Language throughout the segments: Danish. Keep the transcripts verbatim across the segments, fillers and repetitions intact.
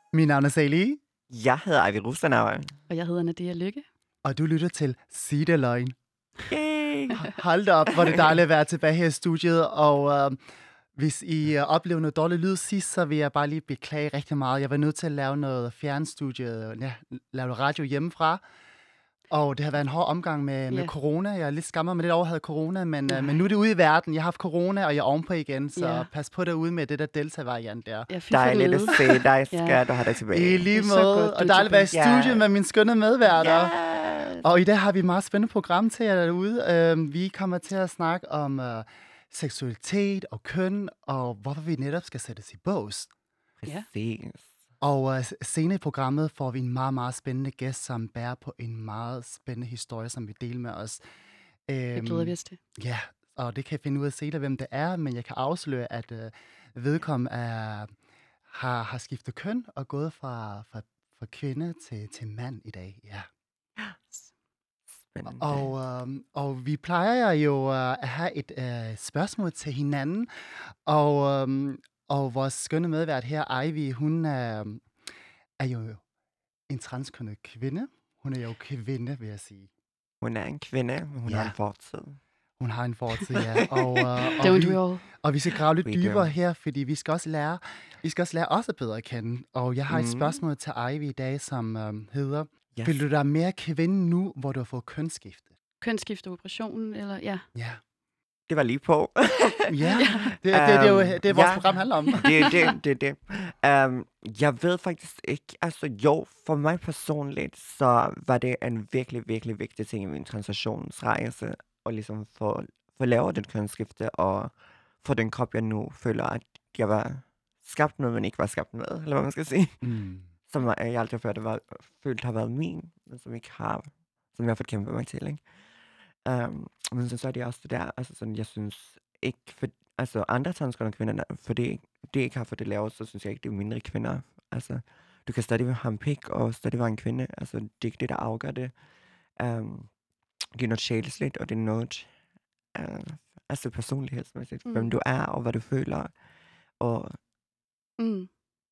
Mit navn er Sally, Jeg hedder Ivy Rustanauer. Og jeg hedder Nadia Lykke. og du lytter til Sig det løgn. Yay! Hold da op, hvor det dejligt at være tilbage her i studiet, og øh, hvis I øh, oplevede noget dårlig lyd sidst, så vil jeg bare lige beklage rigtig meget. Jeg var nødt til at lave noget fjernstudie, ja, lave noget radio hjemmefra, og det har været en hård omgang med, med Ja. corona. Jeg er lidt skammer mig lidt over, at jeg havde corona, men, øh, men nu er det ude i verden. Jeg har haft corona, og jeg er ovenpå igen, så Ja. pas på derude med det der Delta-variant der. Ja, fy for Dejligt at nede. se dig, Ja. skat, og have dig tilbage. I lige Det er så måde, godt, du og er dejligt at være i tilbage. studiet Ja. med mine skønne medværter. Yes. Og i dag har vi et meget spændende program til jer derude. Uh, vi kommer til at snakke om uh, seksualitet og køn, og hvorfor vi netop skal sættes i bås. Præcis. Og uh, senere i programmet får vi en meget, meget spændende gæst, som bærer på en meget spændende historie, som vi deler med os. Det glæder vi os til. Ja, og det kan jeg finde ud af senere, hvem det er, men jeg kan afsløre, at uh, vedkommende er, har, har skiftet køn og gået fra, fra, fra kvinde til, til mand i dag. Ja. Spændende. Og, øhm, og vi plejer jo øh, at have et øh, spørgsmål til hinanden, og, øhm, og vores skønne medvært her, Ivy, hun er, er jo en transkønnet kvinde. Hun er jo kvinde, vil jeg sige. Hun er en kvinde, men hun Ja. har en fortid. Hun har en fortid, ja. Og, øh, og, Don't vi, we all? og vi skal grave lidt We do. dybere her, fordi vi skal også lære, vi skal også lære os at bedre at kende. Og jeg har et Mm. spørgsmål til Ivy i dag, som øhm, hedder, Yes. føler du dig mere kvinde nu, hvor du har fået kønsskifte? Kønsskifte operationen, eller ja. Ja. Det var lige på. Ja, det, det, det, det er jo Øhm, det, vores ja. program handler om. det er det, det er det. Um, jeg ved faktisk ikke, altså jo, for mig personligt, så var det en virkelig, virkelig vigtig ting i min transitionsrejse, og ligesom få, få lavet den kønsskifte, og få den krop, jeg nu føler, at jeg var skabt med, men ikke var skabt med, eller hvad man skal sige. Mm. Som jeg aldrig før det var, følt har været min, men som ikke har, som jeg har fået kæmpet mig til, ikke? Um, men så, så er det også det der, altså sådan, jeg synes ikke, for, altså andre transkønnede kvinder, for det, det ikke har fået det lavet, så synes jeg ikke, det er mindre kvinder. Altså, du kan stadig have en pik, og stadig være en kvinde, altså, det er ikke det, der afgør det. Um, det er noget sjælesligt, og det er noget, uh, altså personlighedsmæssigt, mm. hvem Mm. du er, og hvad du føler, og Mm.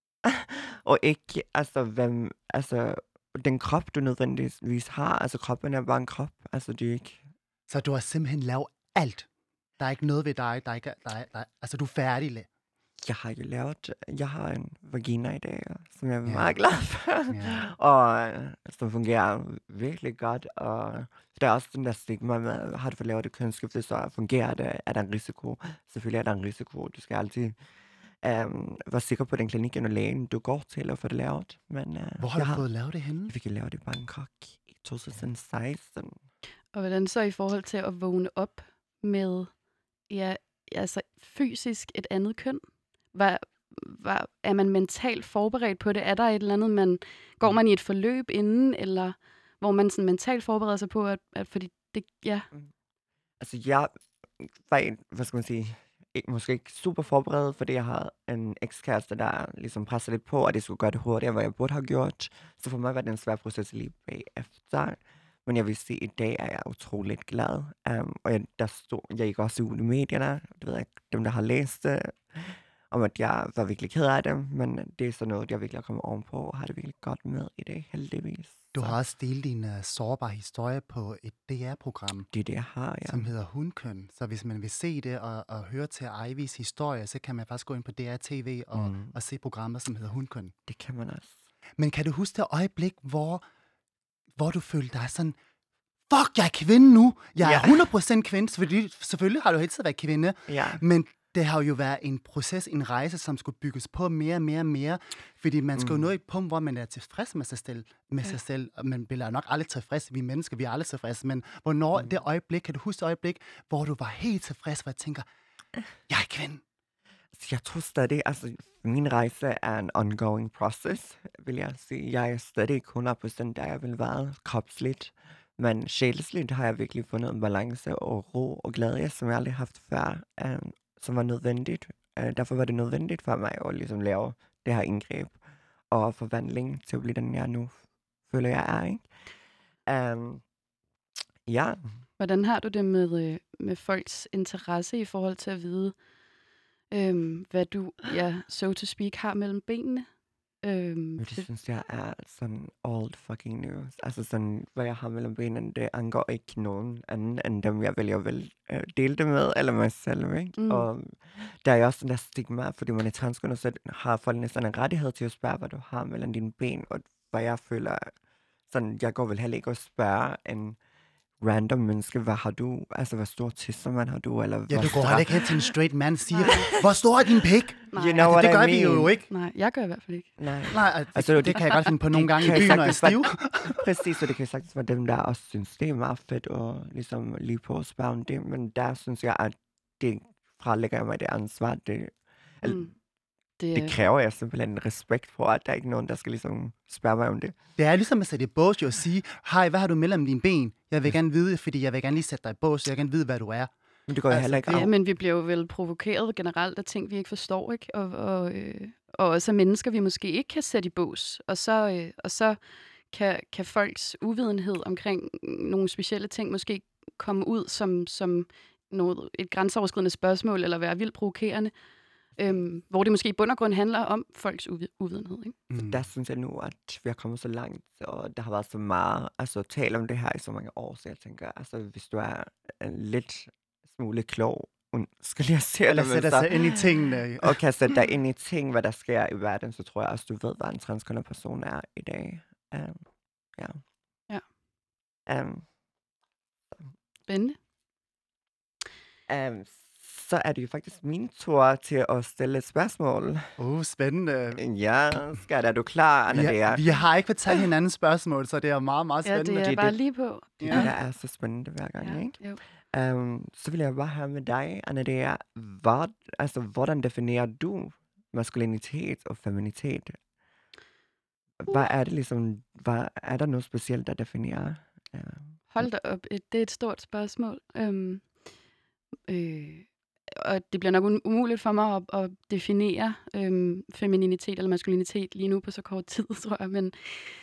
og ikke, altså, hvem, altså, den krop, du nødvendigvis har, altså, kroppen er bare en krop, altså, det er ikke, Så du har simpelthen lavet alt. Der er ikke noget ved dig, der ikke er, der er, der er, altså du er færdig. Le. jeg har jo lavet, jeg har en vagina i dag, som jeg er Ja. meget glad for, Ja. og øh, som fungerer virkelig godt, og der er også den der stigma med, har du fået lavet det kønsskifte, så fungerer det, er der en risiko, selvfølgelig er der en risiko, du skal altid um, være sikker på den klinik og lægen, du går til at få det lavet, men uh, Hvor har jeg du fået lavet det henne? jeg fik lavet det i Bangkok i to tusind og seksten. Og hvordan så i forhold til at vågne op med, ja, altså fysisk et andet køn? Var, var, er man mentalt forberedt på det? Er der et eller andet, man går man i et forløb inden, eller hvor man sådan mentalt forbereder sig på, at, at fordi det, ja, Altså, jeg var, en- hvad skal man sige, ikke, måske ikke super forberedt, fordi jeg havde en ekskæreste, der ligesom pressede lidt på, at det skulle gøre det hurtigere, hvad jeg burde have gjort. Så for mig var det en svær proces lige bagefter. Men jeg vil sige, at i dag er jeg utroligt glad. Um, og jeg, der stod, jeg gik også ud i medierne, det ved jeg, dem der har læst det, om at jeg var virkelig ked af det, men det er sådan noget, jeg virkelig er kommet ovenpå, og har det virkelig godt med i dag, heldigvis. Du Så har også delt din uh, sårbare historie på et D R-program, det er det, jeg har, ja. som hedder Hundkøn. Så hvis man vil se det og, og høre til Ivys historie, så kan man faktisk gå ind på D R T V og, Mm. og se programmet, som hedder Hundkøn. Det kan man også. Men kan du huske det øjeblik, hvor, hvor du følte dig sådan, fuck, jeg er kvinde nu. Jeg er Ja. hundrede procent kvinde. Selvfølgelig, selvfølgelig har du hele tiden været kvinde, Ja. men det har jo været en proces, en rejse, som skulle bygges på mere og mere og mere. Fordi man skal jo Mm. nå et punkt, hvor man er tilfreds med sig selv. Med Ja. sig selv. Og man bliver nok aldrig tilfreds. Vi er mennesker, vi er aldrig tilfredse. Men hvornår Mm. det øjeblik, kan du huske det øjeblik, hvor du var helt tilfreds, hvor jeg tænker, jeg er kvinde. Så jeg tror stadig, altså min rejse er en ongoing process, vil jeg sige. Jeg er stadig ikke hundrede procent der, jeg vil være kropsligt. Men sjælesligt har jeg virkelig fundet en balance og ro og glæde, som jeg aldrig har haft før, um, som var nødvendigt. Uh, derfor var det nødvendigt for mig at ligesom lave det her indgreb og forvandling til at blive den, jeg nu føler, jeg er, ikke? Um, ja, hvordan har du det med, øh, med folks interesse i forhold til at vide, øhm, hvad du, ja, so to speak, har mellem benene? Øhm, Men det det, synes jeg er sådan old fucking news. Altså sådan, hvad jeg har mellem benene, det angår ikke nogen anden end dem, jeg vælger at vel, øh, dele det med, eller mig selv, ikke? mm, Og der er jo også den der stigma, fordi man er transkønnet, så har folk næsten en rettighed til at spørge, hvad du har mellem dine ben, og hvad jeg føler, sådan, jeg går vel heller ikke og spørge en random menneske, hvad har du, altså hvor stor tissermand har du, eller Ja, hvor du går stor... heller ikke hen til en straight man og siger, nej, hvor stor er din pik? nej, You know Altså, what det I gør vi mean? jo ikke. nej, jeg gør i hvert fald ikke. Nej. Nej, altså, Altså, det, det- det kan jeg godt finde på nogle det gange i kan byen, når jeg er sagtens stiv. Præcis, og det kan sagtens være dem, der også synes, det er meget fedt at ligesom lige på at spørge om det, men der synes jeg, at det fralægger jeg mig det ansvar. Det, eller, Mm. Det, det er- kræver jeg simpelthen en respekt for, at der er ikke nogen, der skal ligesom spørge mig om det. Det er ligesom at sætte i bås jo og sige, hej, hvad har du mellem dine ben? Jeg vil gerne vide, fordi jeg vil gerne lige sætte dig i bås, jeg vil gerne vide, hvad du er. Men det går jeg Altså, heller ikke Ja, af. men vi bliver jo vel provokeret generelt af ting, vi ikke forstår, ikke? Og, og, øh, og også af mennesker, vi måske ikke kan sætte i bås. Og så, øh, og så kan, kan folks uvidenhed omkring nogle specielle ting måske komme ud som, som noget, et grænseoverskridende spørgsmål, eller være vildt provokerende, øhm, hvor det måske i bund og grund handler om folks uvi- uvidenhed, ikke? Mm. Der synes jeg nu, at vi har kommet så langt, og der har været så meget altså, tale om det her i så mange år, så jeg tænker, altså hvis du er en lidt smule klog, skal jeg sige Eller det, men sætte så, sig ind i tingene. og kan sætte dig ind i ting, hvad der sker i verden, så tror jeg også, du ved, hvad en transkønnet person er i dag. Um, ja. Ja. Um, Spændende. um, så er det jo faktisk min tur til at stille et spørgsmål. Åh, oh, spændende. Ja, skal er du klar, Anna? Vi Det er, har, vi har ikke fortalt hinanden spørgsmål, så det er meget, meget Ja, spændende. det er det- bare det- lige på. det, Ja. der er så spændende hver gang, Ja, ikke? jo. Um, så vil jeg bare høre med dig, Anna, det er, hvad, altså, hvordan definerer du maskulinitet og feminitet? Hvad er det ligesom, hvad, er der noget specielt, der definerer? Uh, Hold da op, et- det er et stort spørgsmål. Øhm, øh, og det bliver nok um- umuligt for mig at, at definere øhm, femininitet eller maskulinitet lige nu på så kort tid, tror jeg. Men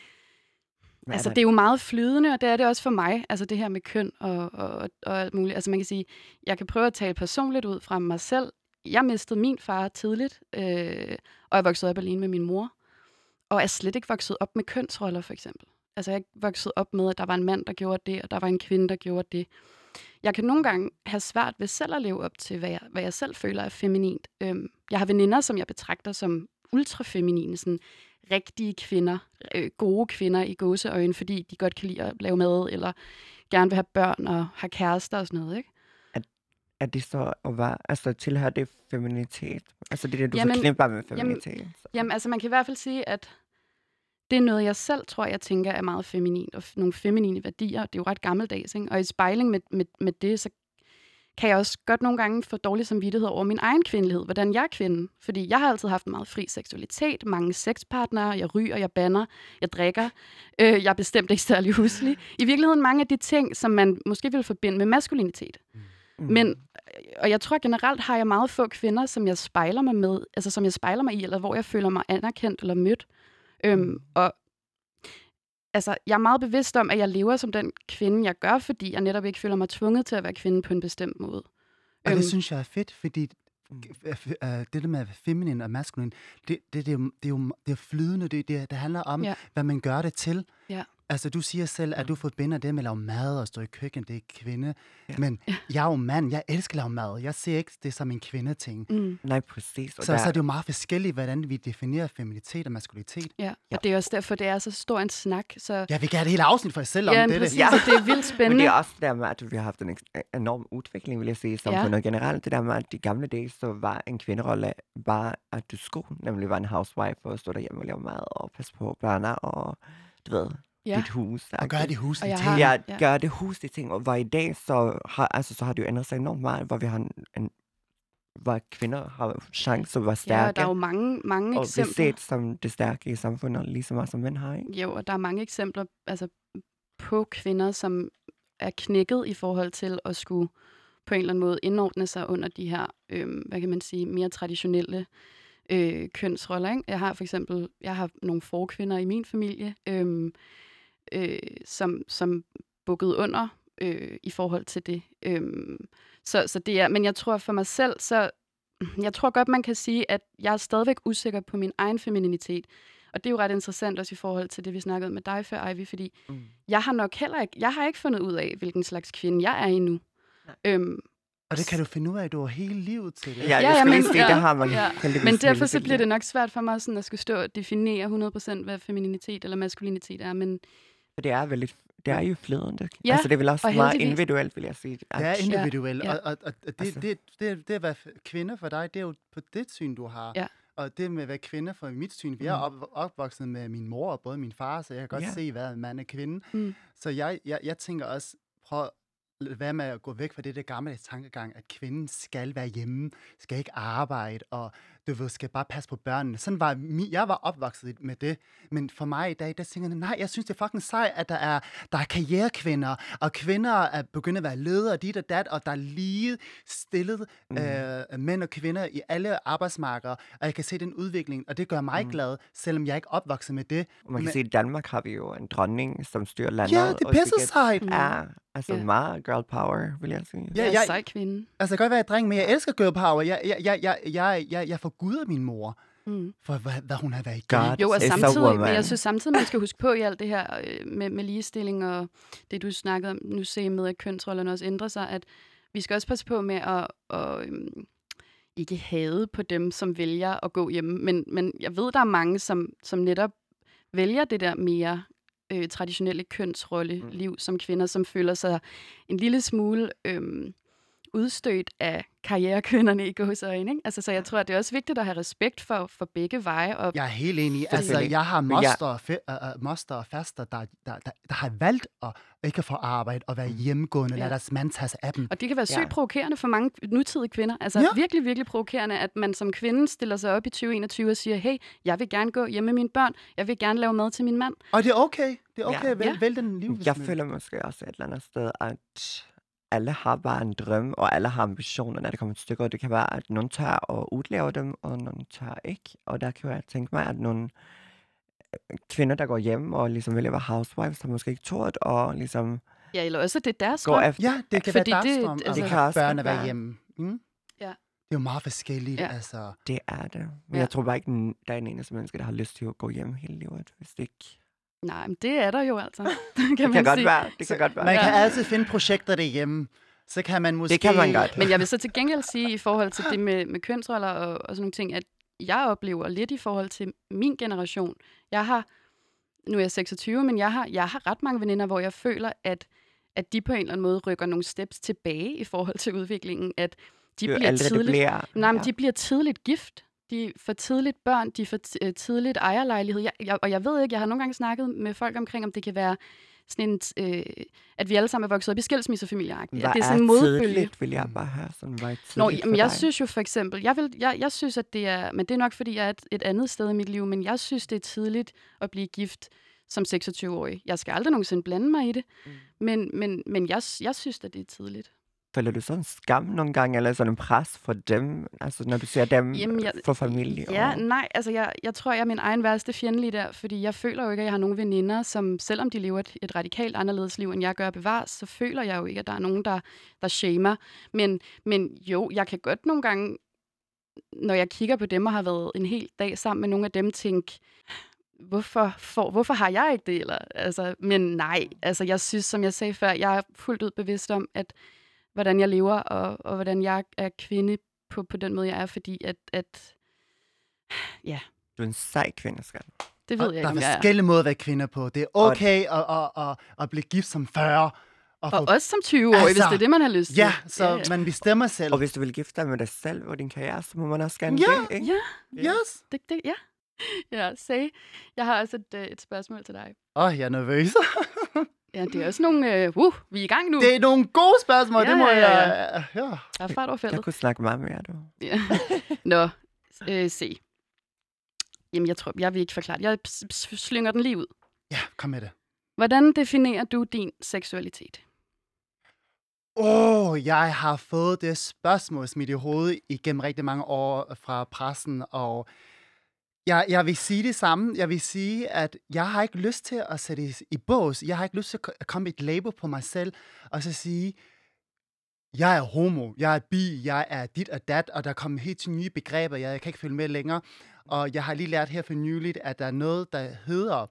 hvad altså, er det er jo meget flydende, og det er det også for mig. Altså det her med køn og, og, og alt muligt. Altså man kan sige, jeg kan prøve at tale personligt ud fra mig selv. Jeg mistede min far tidligt, øh, og jeg voksede op alene med min mor. Og er slet ikke vokset op med kønsroller, for eksempel. Altså, jeg er vokset op med, at der var en mand, der gjorde det, og der var en kvinde, der gjorde det. Jeg kan nogle gange have svært ved selv at leve op til, hvad jeg, hvad jeg selv føler er feminint. Øhm, jeg har veninder, som jeg betragter som ultrafeminine, sådan rigtige kvinder, øh, gode kvinder i gåseøjne, fordi de godt kan lide at lave mad, eller gerne vil have børn og have kærester og sådan noget, ikke? er det så at være, altså tilhører det feminitet? Altså det er det, du Jamen- forknipper med feminitet? Så- Jamen, altså man kan i hvert fald sige, at det er noget, jeg selv tror, jeg tænker er meget feminint, og f- nogle feminine værdier. Det er jo ret gammeldags, ikke? Og i spejling med, med, med det, så kan jeg også godt nogle gange få dårlig samvittighed over min egen kvindelighed, hvordan jeg er kvinde. Fordi jeg har altid haft en meget fri seksualitet, mange sexpartnere, jeg ryger, jeg banner, jeg drikker, øh, jeg er bestemt ikke særlig huslig. I virkeligheden mange af de ting, som man måske vil forbinde med maskulinitet. Mm. Men, og jeg tror generelt har jeg meget få kvinder, som jeg spejler mig med, altså som jeg spejler mig i, eller hvor jeg føler mig anerkendt eller mødt. Øhm, og altså, jeg er meget bevidst om, at jeg lever som den kvinde, jeg gør, fordi jeg netop ikke føler mig tvunget til at være kvinde på en bestemt måde. Og Øhm. det synes jeg er fedt, fordi øh, f- øh, det der med at være feminin og maskulin, det, det, det, er, jo, det, er, jo, det er flydende, det, det, det handler om, Ja. hvad man gør det til. Ja. Altså, du siger selv, at du forbinder det med at lave mad og stå i køkken, det er kvinde. Ja. Men jeg er jo mand, jeg elsker at lave mad. Jeg ser ikke det som en kvindeting. Mm, Nej, præcis. Og Så, der, så er det jo meget forskelligt, hvordan vi definerer feminitet og maskulinitet. ja. Ja. Og det er også derfor, det er så stor en snak. Så Jeg vil gerne have et helt afsnit for jer selv om ja, det. præcis, det. og det er vildt men spændende. det er også der med, at vi har haft en ek- enorm udvikling, vil jeg sige, i samfundet ja. generelt. Det der med, at de gamle dage, så var en kvinderolle bare, at du skulle nemlig være en housewife og stå derhjemme og lave mad og passe på børnene og, du ved, Ja. dit hus. Og gøre de huslige Og jeg ting. har- Ja, Ja. gøre det huslige ting. Og hvor i dag, så har, altså, så har det jo ændret sig enormt meget, hvor vi har en, en hvor kvinder har chance at være Ja, stærke. og der er jo mange, mange og eksempler. blive set som det stærke i samfundet, lige så meget som mænd har, ikke? Jo, og der er mange eksempler altså, på kvinder, som er knækket i forhold til at skulle på en eller anden måde indordne sig under de her, øh, hvad kan man sige, mere traditionelle øh, kønsroller. Ikke? Jeg har for eksempel, jeg har nogle forkvinder i min familie, øh, øh, som, som bukkede under øh, i forhold til det. Øh, så, så det er, men jeg tror for mig selv, så jeg tror godt, man kan sige, at jeg er stadigvæk usikker på min egen femininitet. Og det er jo ret interessant også i forhold til det, vi snakkede med dig før, Ivy, fordi Mm. jeg har nok heller ikke, jeg har ikke fundet ud af, hvilken slags kvinde jeg er endnu. Øhm, Og det kan du finde ud af, du har hele livet til det. Ja, jeg ja, skulle lige men- sige, ja, der har man ja. heldigvis Men hele derfor så sit bliver liv. det nok svært for mig sådan at skulle stå og definere hundrede procent, hvad femininitet eller maskulinitet er. Men For det er veldig, det er jo flydende. Ja, Altså, det er vel også og meget heldigvis- individuelt, vil jeg sige. Det er At- individuelt, Ja, og, og, og det, Altså. det, det, det at være f- kvinde for dig, det er jo på det syn, du har. Ja. Og det med at være kvinde for mit syn, vi er Mm. op, opvokset med min mor og både min far, så jeg kan godt Ja. se, hvad en mand er kvinde. mm, Så jeg, jeg, jeg tænker også, prøv at være med at gå væk fra det der gamle tankegang, at kvinden skal være hjemme, skal ikke arbejde, og du ved, skal bare passe på børnene. Sådan var mi, jeg var opvokset med det. Men for mig i dag, der tænker jeg, nej, jeg synes, det er fucking sej, at der er, der er karrierekvinder, og kvinder er begyndt at være ledere, dit og dat, og der er lige stillet Mm. øh, mænd og kvinder i alle arbejdsmarkeder, og jeg kan se den udvikling, og det gør mig Mm. glad, selvom jeg ikke er opvokset med det. Og man kan Men- sige, at i Danmark har vi jo en dronning, som styrer landet. Ja, det og pisser hvilket sejt. Mm. er altså Ja. meget girl power, vil jeg sige. Ja, jeg er jeg- sej kvinde. Altså, jeg kan godt være, at jeg er dreng, men jeg elsker girl power. Jeg, jeg, jeg, jeg, jeg, jeg, jeg forguder min mor, Mm. for hvad, hvad hun har været igennem. God Jo, og is a samtidig, men woman. jeg synes samtidig, man skal huske på i alt det her øh, med, med ligestilling og det, du snakkede om nu se med, at kønsrollerne også ændrer sig, at vi skal også passe på med at, at øhm, ikke hade på dem, som vælger at gå hjemme. Men, men jeg ved, der er mange, som, som netop vælger det der mere øh, traditionelle kønsrolle-liv som kvinder, som føler sig en lille smule øhm, udstødt af karrierekvinderne i gåseøjne. Ikke? Altså, så jeg tror, at det er også vigtigt at have respekt for, for begge veje. Og Jeg er helt enig. Altså, Selvfølgelig. jeg har Men jeg- moster, og fe- uh, moster og faster, der, der, der, der har valgt at ikke få arbejde og være hjemmegående, Ja. lade deres mand tage sig af dem. Og det kan være sygt Ja. provokerende for mange nutidige kvinder. Altså Ja. ja. virkelig, virkelig provokerende, at man som kvinde stiller sig op i tyve enogtyve og siger, hey, jeg vil gerne gå hjem med mine børn, jeg vil gerne lave mad til min mand. Og det er okay. Det er okay Ja. at vælge, Ja. vælge den liv. Jeg føler måske også et eller andet sted, at alle har bare en drøm, og alle har ambitioner, når det kommer til stykker. Det kan være, at nogen tør at udleve dem, og nogen tør ikke. Og der kan jeg tænke mig, at nogle øh, kvinder, der går hjem og ligesom vælger at være housewives, har måske ikke tort og ligesom Ja, eller også, det er deres går drøm. efter. Ja, det kan Fordi være deres det- drøm, altså- at Det kan også børn godt at være være. hjemme. Mm? Ja. Det er jo meget forskelligt, Ja. altså. Det er det. Men Ja. jeg tror bare ikke, den- der er en eneste menneske, der har lyst til at gå hjem hele livet, hvis det ikke... Nej, men det er der jo altså. kan Det man kan godt sige. være. Det kan godt være. Man kan Ja. altid finde projekter derhjemme. Så kan man måske... kan man godt. Men jeg vil så til gengæld sige i forhold til det med, med kønsroller og, og sådan nogle ting, at jeg oplever lidt i forhold til min generation. Jeg har, nu er jeg seksogtyve, men jeg har, jeg har ret mange veninder, hvor jeg føler, at, at de på en eller anden måde rykker nogle steps tilbage i forhold til udviklingen. At de jo bliver ældre det tidligt, bliver. nej, men ja. de bliver tidligt gift. De får tidligt børn, de får t- øh, tidligt ejerlejlighed. Jeg, jeg, og jeg ved ikke, jeg har nogle gange snakket med folk omkring, om det kan være sådan en, øh, at vi alle sammen er vokset op i skilsmissefamilier-agtigt. Hvad At det er sådan en modbølge. tidligt, vil jeg bare høre. Sådan, hvad er tidligt Nå, for jamen, jeg dig? synes jo for eksempel, jeg, vil, jeg, jeg synes, at det er, men det er nok, fordi jeg er et, et andet sted i mit liv, men jeg synes, det er tidligt at blive gift som seksogtyve-årig. Jeg skal aldrig nogensinde blande mig i det, Mm. men, men, men jeg, jeg synes, at det er tidligt. Føler du sådan en skam nogle gange, eller sådan en pres for dem, altså når du ser dem Jamen, jeg- for familie? Ja, og... nej, altså jeg, jeg tror, jeg er min egen værste fjende lige der, fordi jeg føler jo ikke, at jeg har nogen veninder, som selvom de lever et, et radikalt anderledes liv, end jeg gør bevares, så føler jeg jo ikke, at der er nogen, der, der shamer. Men, men jo, jeg kan godt nogle gange, når jeg kigger på dem og har været en hel dag sammen med nogle af dem, tænke, hvorfor, for, hvorfor har jeg ikke det? Eller, altså, men nej, altså jeg synes, som jeg sagde før, jeg er fuldt ud bevidst om, at hvordan jeg lever, og, og hvordan jeg er kvinde på, på den måde, jeg er, fordi at, at ja, Du er en sej kvinde, skal. det ved Og jeg der ikke, om er jeg er. forskellige måder at være kvinder på. Det er okay at, at, at, at blive gift som fyrre. Og, Og få, også som tyve-årig, Altså, hvis det er det, man har lyst til. ja, så ja, ja. man bestemmer selv. Og hvis du vil gifte dig med dig selv og din karriere, så må man også gerne Ja, det, ikke? Ja, Yes. det, det, ja. Ja, say. Jeg har også et, øh, et spørgsmål til dig. Åh, oh, jeg er nervøs. Ja, det er også nogle... Øh, uh, vi er i gang nu. Det er nogle gode spørgsmål, Ja, det må ja, ja, jeg... Ja. Der er fart over Jeg feltet. kunne snakke meget mere, du. Ja. Nå, øh, se. Jamen, jeg tror, jeg vil ikke forklare det. Jeg s- s- slynger den lige ud. ja, kom med det. Hvordan definerer du din seksualitet? Åh, oh, jeg har fået det spørgsmål smidt i hovedet igennem rigtig mange år fra pressen, og jeg, jeg vil sige det samme. Jeg vil sige, at jeg har ikke lyst til at sætte i, i bås. Jeg har ikke lyst til at komme et label på mig selv, og så sige, jeg er homo, jeg er bi, jeg er dit og dat, og der kommer helt til nye begreber, jeg kan ikke følge med længere. Og jeg har lige lært her for nyligt, at der er noget, der hedder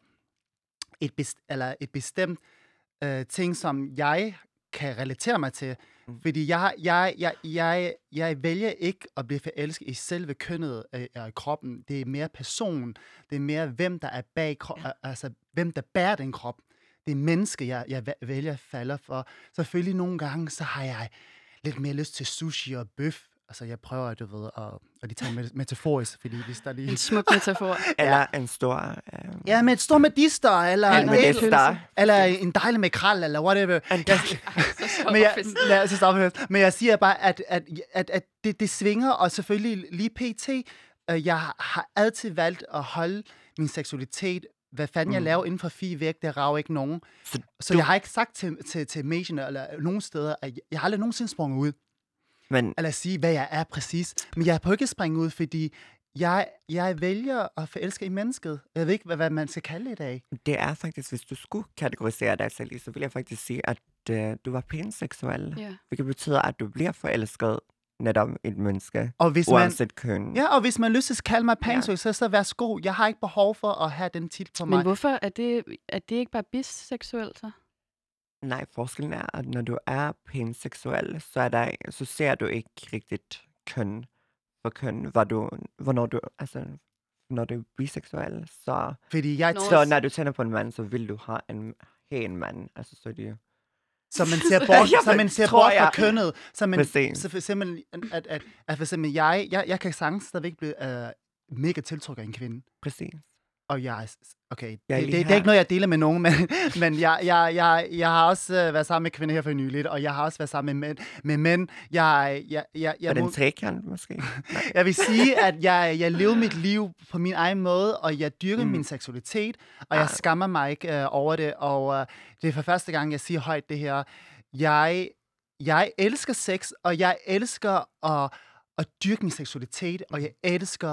et, best- eller et bestemt øh, ting, som jeg kan relatere mig til. Mm. Fordi jeg, jeg, jeg, jeg, jeg vælger ikke at blive forelsket i selve kønnet af, af kroppen. Det er mere person. Det er mere, hvem der er bag krop, ja. Altså hvem der bærer den krop. Det er menneske, jeg, jeg vælger at falde for. Selvfølgelig nogle gange, så har jeg lidt mere lyst til sushi og bøf. Altså, jeg prøver, du ved, at, at lige tage med metaforisk, fordi hvis der lige... En smuk metafor. Eller en stor... Øh, Ja, med et stort medister, eller, en medister. eller en dejlig makrel, eller whatever. En Jeg, Så men, jeg, fedt. lad os stoppe. Men jeg siger bare, at, at, at, at det, det svinger, og selvfølgelig lige pt. Øh, jeg har altid valgt at holde min seksualitet. Hvad fanden jeg Mm. laver inden for fire væk, det rager ikke nogen. Så Så du- jeg har ikke sagt til, til, til medierne, eller nogen steder, at jeg, jeg har aldrig nogensinde sprunget ud, Men eller sige, hvad jeg er præcis. Men jeg kan ikke springe ud, fordi jeg, jeg vælger at forelske i mennesket. Jeg ved ikke, hvad, hvad man skal kalde det i dag. det er faktisk, hvis du skulle kategorisere dig selv i, så vil jeg faktisk sige, at øh, du var panseksuel. Ja. Hvilket betyder, at du bliver forelsket netop i et menneske, Og hvis man, uanset køn. ja, og hvis man lyst til at kalde mig Ja. panseksuel, så, så værsgo. Jeg har ikke behov for at have den titel på Men mig. hvorfor er det, er det ikke bare biseksuelt så? Nej, forskellen er, at når du er panseksuel, så, er der, så ser du ikke rigtigt køn for køn. Hvor du, hvornår du, altså, når du er biseksuel, så, Fordi jeg, Nå. så når du tænder på en mand, så vil du have en, have en mand. Altså, så er det jo... så man ser bort, Jeg så man ser tror, bort fra jeg- kønnet. Så, man, Præcis. så for eksempel, at, at, at for eksempel jeg, jeg, jeg kan sagtens stadigvæk blive uh, mega tiltrukket af en kvinde. Præcis. Og jeg, er- okay, Jeg er det, lige det, det her. er ikke noget, jeg deler med nogen, men, men jeg, jeg, jeg, jeg har også uh, været sammen med kvinder her for nyligt, og jeg har også været sammen med mænd. Med mænd. Jeg, jeg, jeg, jeg, Er det må, en trekant, måske? jeg vil sige, at jeg, jeg lever mit liv på min egen måde, og jeg dyrker Mm. min seksualitet, og jeg Ah. skammer mig ikke uh, over det. Og uh, det er for første gang, jeg siger højt det her. Jeg, jeg elsker sex, og jeg elsker at, at dyrke min seksualitet, og jeg elsker,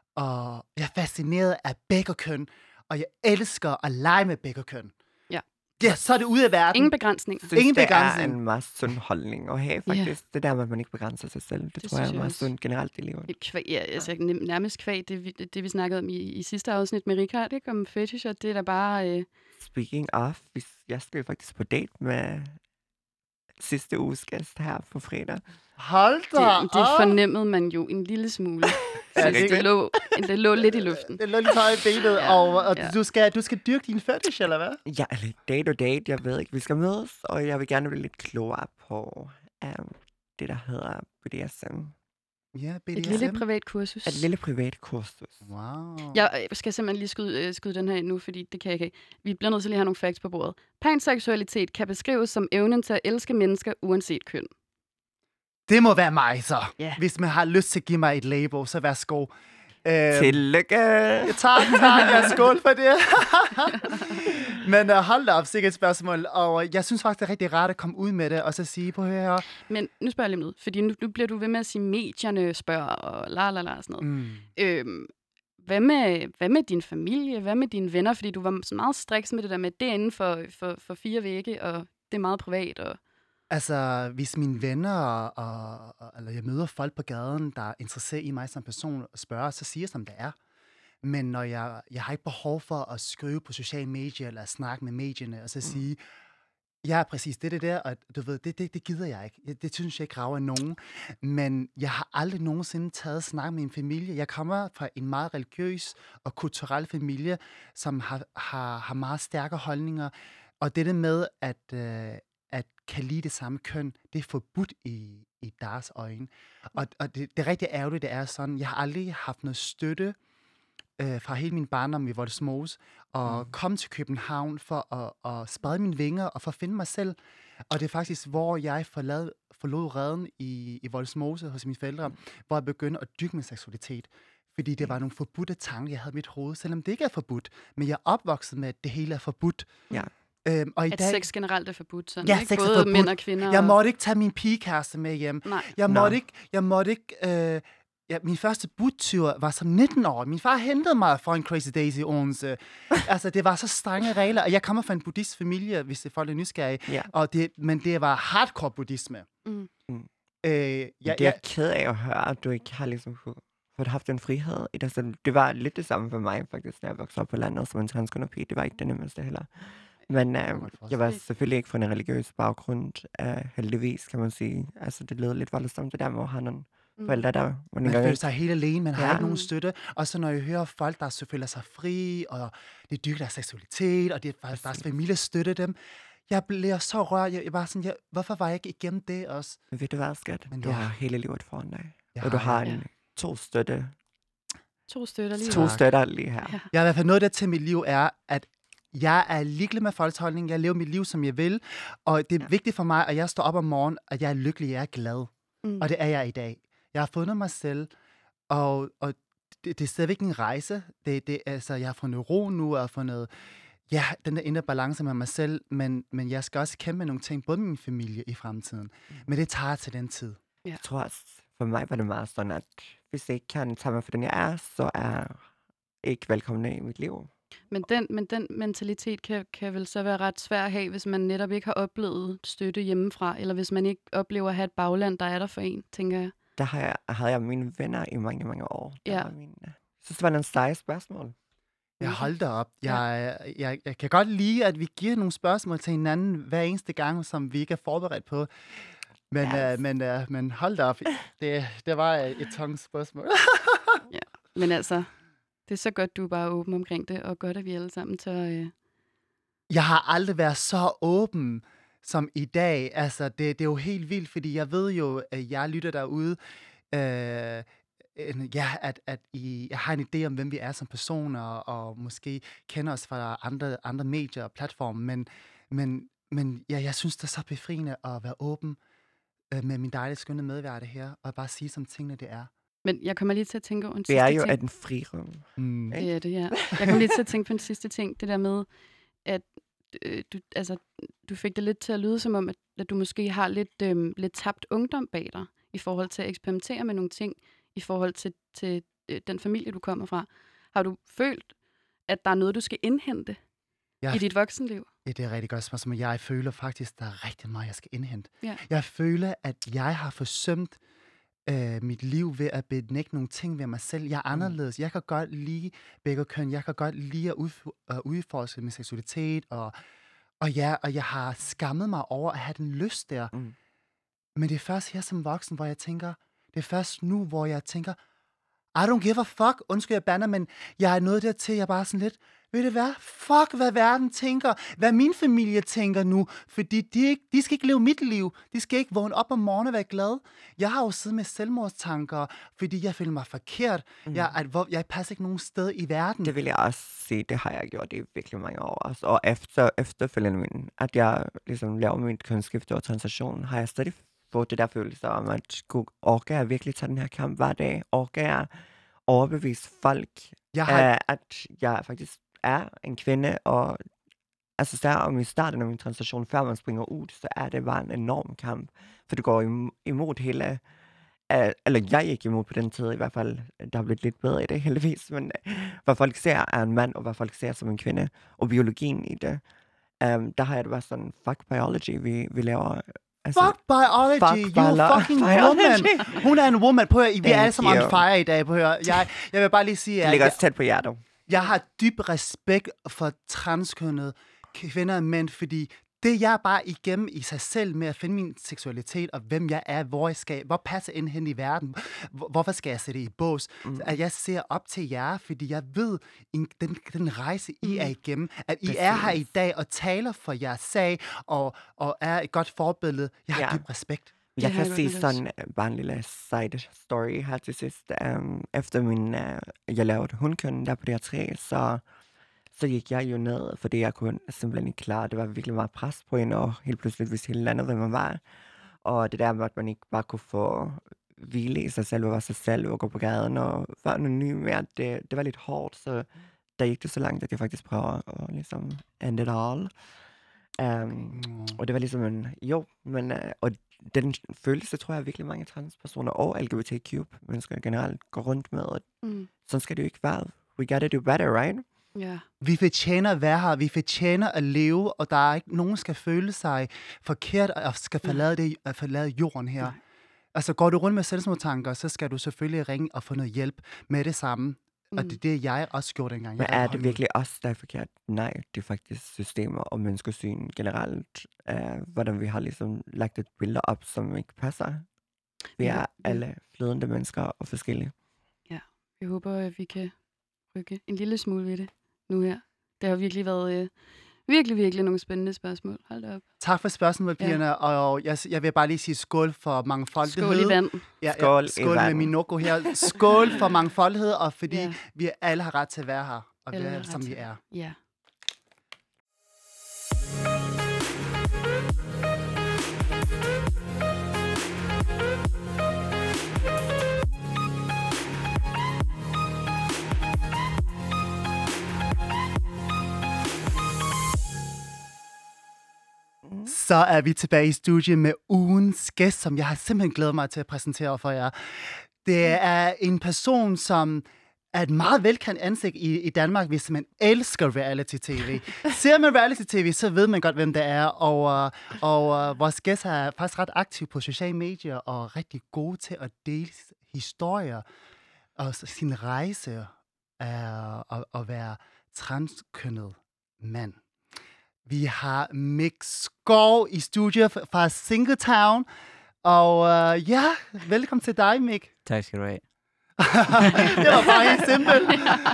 og jeg er fascineret af begge køn, og jeg elsker at lege med begge køn. Ja. Ja, så er det ude af verden. Ingen begrænsninger. synes, Ingen det er begrænsning. en meget sund holdning at have, Ja. faktisk. Det der med, at man ikke begrænser sig selv. Det, Det tror synes jeg er jeg meget også. sundt generelt i livet. Et Kvæg, ja, altså nem- nærmest kvæg, det, vi- det vi snakkede om i, i sidste afsnit med Richard, ikke? Om fetish, og det er da bare... Øh, Speaking of, hvis jeg skal jo faktisk på date med sidste uges gæst her på fredag. Hold det, da det op. fornemmede man jo en lille smule. Er Så det det, rigtigt? lå, det lå lidt i luften. Det lå lidt højt i benet, Ja, og, og ja. du, skal, du skal dyrke din fetish, eller hvad? Ja, eller date og date, jeg ved ikke. Vi skal mødes, og jeg vil gerne blive lidt klogere på um, det, der hedder B D S M. Ja, B D S M. Et lille privat kursus. Et lille privat kursus. Wow. Jeg skal simpelthen lige skyde, øh, skyde den her ind nu, fordi det kan jeg ikke. Vi bliver nødt til lige at have nogle facts på bordet. Panseksualitet kan beskrives som evnen til at elske mennesker uanset køn. Det må være mig, så. Ja. Hvis man har lyst til at give mig et label, så værsgo. Øhm, Tillykke! Tak, tak. Ja, skål for det. Men uh, hold da op, sikkert et spørgsmål. Og jeg synes faktisk, det er rigtig rart at komme ud med det, og så sige på her. Men nu spørger jeg lige om noget, fordi nu, nu bliver du ved med at sige, medierne spørger og la la la og sådan noget. Mm. Øhm, hvad, med, hvad med din familie? Hvad med dine venner? Fordi du var så meget striks med det der med, det er inden for, for, for fire vægge, og det er meget privat. Og... Altså, hvis mine venner, og, og, eller jeg møder folk på gaden, der er interesseret i mig som person, og spørger, så siger jeg, som det er. Men når jeg, jeg har ikke behov for at skrive på sociale medier, eller snakke med medierne, og så sige, ja, præcis, det er det der, og du ved, det, det, det gider jeg ikke. Det, det synes jeg ikke rager nogen. Men jeg har aldrig nogensinde taget snak med min familie. Jeg kommer fra en meget religiøs og kulturel familie, som har, har, har meget stærke holdninger. Og det der med, at, øh, at kan lide det samme køn, det er forbudt i, i deres øjne. Og, og det, det er rigtig ærgerligt, det er sådan. Jeg har aldrig haft noget støtte øh, fra hele min barndom i Vollsmose, og mm. kom til København for at, at sprede mine vinger og for at finde mig selv. Og det er faktisk, hvor jeg forlad, forlod redden i, i Vollsmose hos mine forældre, hvor jeg begyndte at dyrke min seksualitet. Fordi det var nogle forbudte tanker, jeg havde i mit hoved, selvom det ikke er forbudt. Men jeg er opvokset med, at det hele er forbudt. Ja. Øhm, og i At dag, sex generelt er forbudt, sådan, Ja, ikke? sex er Både forbudt. mænd og kvinder. jeg og... måtte ikke tage min pigekæreste med hjem. Nej. Jeg Nå. måtte ikke, jeg måtte ikke, øh, ja, min første budtur var som nitten år. Min far hentede mig fra en Crazy Daisy i Odense. Altså, det var så strenge regler, og jeg kommer fra en buddhist familie, hvis det folk er nysgerrige, Ja. og det, men det var hardcore buddhisme. Mm. Øh, ja, det er ja, jeg ked af at høre, at du ikke har ligesom kunne fået haft en frihed i det. Så det var lidt det samme for mig, faktisk, når jeg voksede op på landet som en transkønnet pige. Det var ikke det nemmeste heller. Men øh, Jeg kan godt jeg var forstå. selvfølgelig ikke fra en religiøs baggrund, øh, heldigvis, kan man sige. Altså, det lød lidt voldsomt, det der med at have nogle Mm. forældre, der var Man engang føler ikke. sig helt alene, man har Ja. ikke nogen Mm. støtte. Og så når jeg hører folk, der så føler sig fri, og de dyrker deres seksualitet, og det, deres Præcis. familie støtter dem. Jeg bliver så rørt. Jeg, jeg var sådan, jeg, hvorfor var jeg ikke igennem det også? Men ved du hvad, skat? Men Du ja. har hele livet foran dig. Jeg Og du har har jeg. en Ja. to støtte. To støtter lige. To Tak. støtter lige her. Ja. Jeg har i hvert fald noget der til mit liv er, at jeg er ligeglad med folks holdning. Jeg lever mit liv, som jeg vil. Og det er Ja. vigtigt for mig, at jeg står op om morgenen, at jeg er lykkelig, jeg er glad. Mm. Og det er jeg i dag. Jeg har fundet mig selv, og, og det, det er stadigvæk en rejse. Det, det, altså, jeg har fundet ro nu, og har fundet ja, den der indre balance med mig selv, men, men jeg skal også kæmpe med nogle ting, både med min familie i fremtiden. Men det tager til den tid. Jeg tror også, for mig var det meget sådan, at hvis jeg ikke kan tage mig for den, jeg er, så er jeg ikke velkommen i mit liv. Men den, men den mentalitet kan, kan vel så være ret svær at have, hvis man netop ikke har oplevet støtte hjemmefra, eller hvis man ikke oplever at have et bagland, der er der for en, tænker jeg. Der har jeg, havde jeg mine venner i mange, mange år. Der Ja. var mine, jeg synes, det var en seje spørgsmål. Jeg Mega. holder op. Jeg, jeg, jeg kan godt lide, at vi giver nogle spørgsmål til hinanden hver eneste gang, som vi ikke er forberedt på. Men, Yes. uh, men, uh, men hold da op. Det, det var uh, et tungt spørgsmål. Men altså, det er så godt, du er bare åben omkring det, og godt, at vi alle sammen tør... Øh... Jeg har aldrig været så åben som i dag. Altså, det, det er jo helt vildt, fordi jeg ved jo, at jeg lytter derude, øh, en- ja, at, at I jeg har en idé om, hvem vi er som personer, og måske kender os fra andre, andre medier og platforme, men, men, men ja, jeg synes, det er så befriende at være åben øh, med min dejlige, skønne medværte her, og bare sige, som tingene det er. Men jeg kommer lige til at tænke over en Det sidste er jo ting. et en frirum. Mm. Det er det, ja. Jeg kommer lige til at tænke på en sidste ting. Det der med, at øh, du, altså, du fik det lidt til at lyde som om, at, at du måske har lidt, øh, lidt tabt ungdom bag dig, i forhold til at eksperimentere med nogle ting, i forhold til, til øh, den familie, du kommer fra. Har du følt, at der er noget, du skal indhente Jeg i dit voksenliv? Ja, det er et rigtig godt spørgsmål. Jeg føler faktisk, der er rigtig meget, jeg skal indhente. Ja. Jeg føler, at jeg har forsømt øh, mit liv ved at benægte nogle ting ved mig selv. Jeg er anderledes. Jeg kan godt lide begge køn. Jeg kan godt lide at udf- at udforske min seksualitet. Og, og ja, og jeg har skammet mig over at have den lyst der. Mm. Men det er først her som voksen, hvor jeg tænker, det er først nu, hvor jeg tænker, I don't give a fuck, undskyld jeg bander, men jeg er nået dertil, jeg er bare sådan lidt, ved du hvad, fuck hvad verden tænker, hvad min familie tænker nu, fordi de, ikke, de skal ikke leve mit liv, de skal ikke vågne op om morgenen og være glad. Jeg har jo siddet med selvmordstanker, fordi jeg føler mig forkert, Mm. jeg, at, hvor, jeg passer ikke nogen sted i verden. Det vil jeg også sige, det har jeg gjort i virkelig mange år. Også. Og efter, efterfølgende, min, at jeg ligesom laver mit kønsskifte og transition, har jeg stadig fået det der følelse om, at gud, orker jeg virkelig tage den her kamp hver dag? Orker jeg overbevise folk, Jeg har, uh, at jeg faktisk er en kvinde, og altså så om i starten af min transition, før man springer ud, så er det bare en enorm kamp, for det går im- imod hele, uh, eller jeg gik imod på den tid i hvert fald, der er blevet lidt bedre i det heldigvis, men uh, hvad folk ser er en mand, og hvad folk ser som en kvinde, og biologien i det, um, der har jeg det bare sådan, fuck biology, vi, vi laver, altså, fuck biology, fuck you biolo- fucking woman. Hun er en woman, på at vi er Thank alle sammen on you. fire i dag, på at høre. Jeg, jeg vil bare lige sige, det at ligger jeg, også tæt på hjertet. Jeg har dyb respekt for transkønnede kvinder og mænd, fordi det jeg bare igennem i sig selv med at finde min seksualitet og hvem jeg er, hvor jeg skal, hvor passer jeg ind hen i verden, hvor, hvorfor skal jeg sætte det i bås, Mm. at jeg ser op til jer, fordi jeg ved en, den, den rejse I Mm. er igennem, at I er her i Præcis. dag og taler for jeres sag og, og er et godt forbillede. Jeg har Ja. dyb respekt. Det Jeg har kan jeg sige godt nok også. sådan, øh, bare en lille side story her til sidst. Um, efter min, uh, jeg lavede hundkønnen der på D R tre, så, så gik jeg jo ned, fordi jeg kunne simpelthen ikke klare. Det var virkelig meget pres på en, og helt pludselig vidste hele landet, hvem man var. Og det der med, at man ikke bare kunne få hvile i sig selv, og være sig selv, og gå på gaden, og være anonym mere, det, det var lidt hårdt, så der gik det så langt, at jeg faktisk prøver at ligesom end it all. Um, Mm. og det var ligesom en, jo, men, uh, og den følelse, tror jeg, virkelig mange transpersoner og L G B T Q-mennesker generelt går rundt med, og Mm. sådan skal det jo ikke være. We gotta do better, right? Ja. Vi fortjener at være her, vi fortjener at leve, og der er ikke nogen, skal føle sig forkert og skal forlade, det, at forlade jorden her. Nej. Altså, går du rundt med selvmordstanker, så skal du selvfølgelig ringe og få noget hjælp med det samme. Og Mm. det er det, jeg også gjorde dengang. Men Jeg er ringte, det virkelig os, der er forkert? Nej, det er faktisk systemer og menneskesyn generelt, af hvordan vi har ligesom lagt et billede op, som ikke passer. Vi Vi er har- vi- alle flydende mennesker og forskellige. Jeg håber, at vi kan rykke en lille smule ved det nu her. Det har virkelig været øh, virkelig, virkelig nogle spændende spørgsmål. Hold da op. Tak for spørgsmålet, Ja. pigerne. Og jeg, jeg vil bare lige sige skål for mangfoldighed. Skål i vand. Ja, Skål ja, i skål med vand. min Noko her. Skål for mangfoldighed, og fordi Ja. vi alle har ret til at være her, og Alle har være, ret som til vi det. er. Ja. Så er vi tilbage i studiet med ugens gæst, som jeg har simpelthen glædet mig til at præsentere for jer. Det er en person, som er et meget velkendt ansigt i, i Danmark, hvis man elsker reality-tv. Ser man reality-tv, så ved man godt, hvem det er. Og, øh, og uh, vores gæst er faktisk ret aktiv på sociale medier og rigtig god til at dele historier og s- sin rejse er at, at være transkønnet mand. Vi har Mick Skov i studiet f- fra Singletown. Og uh, ja, velkommen til dig, Mick. Tak skal du have. Det var bare helt simpelt.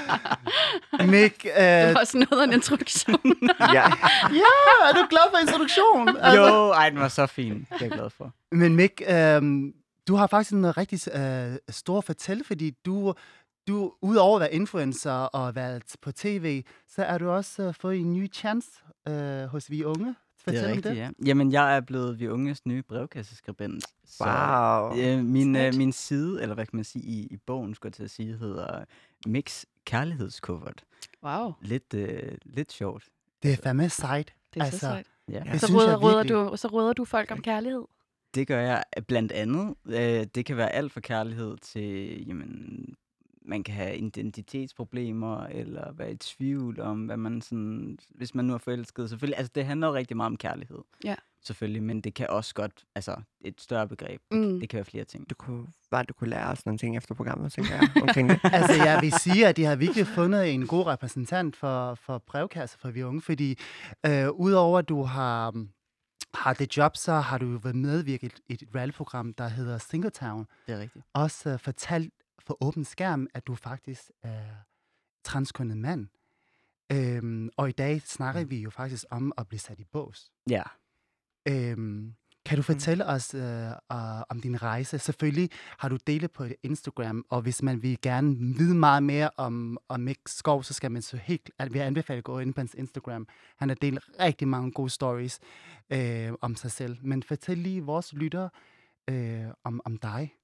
Mick, Det uh, var også noget af en introduktion. Ja, ja, er du glad for introduktionen? Altså. Jo, ej, den var så fin. Det er jeg glad for. Men Mick, øhm, du har faktisk noget rigtig øh, stor at fortælle, fordi du, du udover at være influencer og være på tv, så er du også øh, fået en ny chance øh, hos Vi Unge. Det Fortæl er om rigtigt, det. ja. Jamen, jeg er blevet Vi Unges nye brevkasseskribent. Så, wow. øh, min, øh, Sejt. min side, eller hvad kan man sige, i, i bogen, skulle jeg til at sige, hedder Mix Kærlighedskuffert. Wow, Lidt, øh, lidt sjovt. Det er fandme sejt. det er Altså, så sejt. Ja. Det Så synes råder, jeg råder virkelig. du, så råder du folk om kærlighed. Det gør jeg blandt andet. Øh, det kan være alt fra kærlighed til, jamen, man kan have identitetsproblemer, eller være i tvivl om, hvad man sådan, hvis man nu er forelsket. Selvfølgelig, altså det handler jo rigtig meget om kærlighed. Ja. Selvfølgelig, men det kan også godt, altså et større begreb. Mm. Det kan være flere ting. Du kunne, bare du kunne lære os nogle ting efter programmet, tænker jeg, omkring det. Altså, jeg vil sige, at de har virkelig fundet en god repræsentant for, for brevkasser for Vi Unge, fordi øh, udover at du har, har det job, så har du jo været medvirket i et reality-program, der hedder Singletown. Det er rigtigt. Også øh, fortalt for åben skærm, at du faktisk er transkønnet mand. Øhm, og i dag snakker vi jo faktisk om at blive sat i bås. Ja. Øhm, kan du fortælle os øh, uh, om din rejse? Selvfølgelig har du delt på Instagram, og hvis man vil gerne vide meget mere om, om Mick Skov, så skal man så helt, at vi anbefaler at gå ind på hans Instagram. Han har delt rigtig mange gode stories øh, om sig selv. Men fortæl lige vores lyttere øh, om, om dig.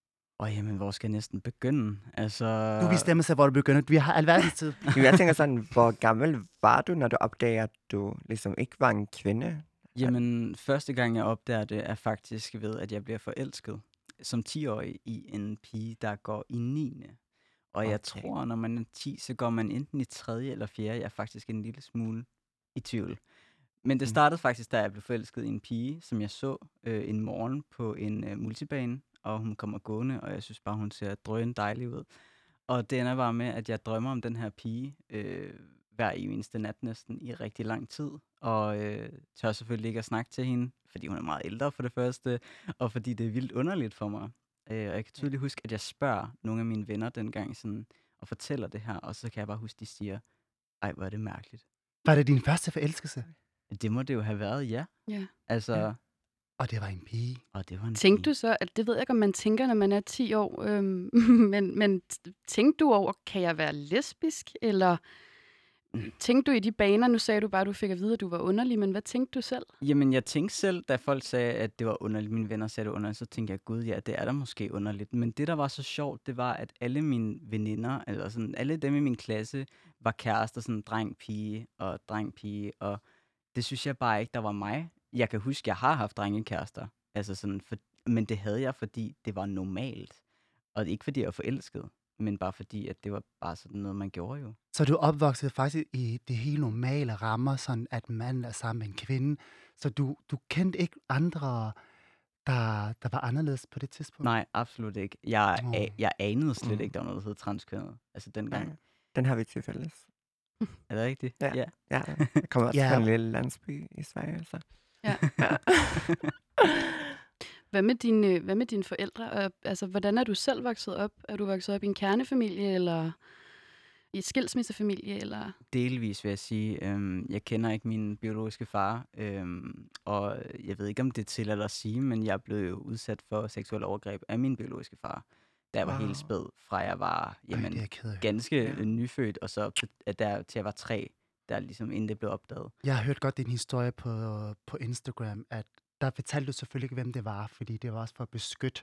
Og jamen, hvor skal jeg næsten begynde? Altså... Du bestemmer sig, hvor du begynder. Vi har alverdens tid. Men jeg tænker sådan, hvor gammel var du, når du opdager, at du ligesom ikke var en kvinde? Jamen, første gang jeg opdager det, er faktisk ved, at jeg bliver forelsket som ti-årig i en pige, der går i niende. Og jeg Okay. tror, når man er ti, så går man enten i tredje eller fjerde. Jeg er faktisk en lille smule i tvivl. Men det Mm. startede faktisk, da jeg blev forelsket i en pige, som jeg så øh, en morgen på en øh, multibane, og hun kommer gående, og jeg synes bare, hun ser drøn dejlig ud. Og det ender bare med, at jeg drømmer om den her pige øh, hver eneste nat næsten i rigtig lang tid. Og øh, tør selvfølgelig ikke at snakke til hende, fordi hun er meget ældre for det første, og fordi det er vildt underligt for mig. Øh, og jeg kan tydeligt huske, at jeg spørger nogle af mine venner dengang sådan, og fortæller det her, og så kan jeg bare huske, de siger, ej, hvor er det mærkeligt. Var det din første forelskelse? Det må det jo have været, ja. Ja. Altså, Ja. Og det var en pige. og det var en Tænkte pige. du så, at det ved jeg ikke, om man tænker, når man er ti år, øhm, men, men t- tænkte du over, kan jeg være lesbisk, eller tænkte du i de baner, nu sagde du bare, at du fik at vide, at du var underlig, men hvad tænkte du selv? Jamen, jeg tænkte selv, da folk sagde, at det var underligt, mine venner sagde det underligt, så tænkte jeg, gud ja, det er da måske underligt. Men det, der var så sjovt, det var, at alle mine veninder, eller sådan, alle dem i min klasse, var kærester, sådan dreng-pige og dreng-pige, og det synes jeg bare ikke, der var mig. Jeg kan huske, jeg har haft drengekærester, altså sådan, for, men det havde jeg, fordi det var normalt. Og ikke fordi jeg var forelsket, men bare fordi, at det var bare sådan noget, man gjorde jo. Så du opvoksede faktisk i det helt normale rammer, sådan at mand er sammen med en kvinde. Så du, du kendte ikke andre der, der var anderledes på det tidspunkt? Nej, absolut ikke. Jeg, Åh. a- jeg anede slet Mm. ikke, der var noget, der hed transkønnet. Altså dengang. Nej, den har vi til fælles. Er det rigtigt? Ja. ja. Ja, jeg kommer også Ja. fra en lille landsby i Sverige, så... Ja. Ja. Hvad med dine, hvad med dine forældre? Og, altså, hvordan er du selv vokset op? Er du vokset op i en kernefamilie, eller i et skilsmissefamilie? Eller? Delvis vil jeg sige. Øhm, jeg kender ikke min biologiske far, øhm, og jeg ved ikke, om det er tilladt at sige, men jeg blev jo udsat for seksuel overgreb af min biologiske far, da jeg var Wow. helt spæd, fra jeg var Ej, jamen, det er jeg ked af. ganske Ja. ja. nyfødt, og så til, at der, til jeg var tre, der ligesom inden det blev opdaget. Jeg har hørt godt din historie på, på Instagram, at der fortalte du selvfølgelig ikke, hvem det var, fordi det var også for at beskytte,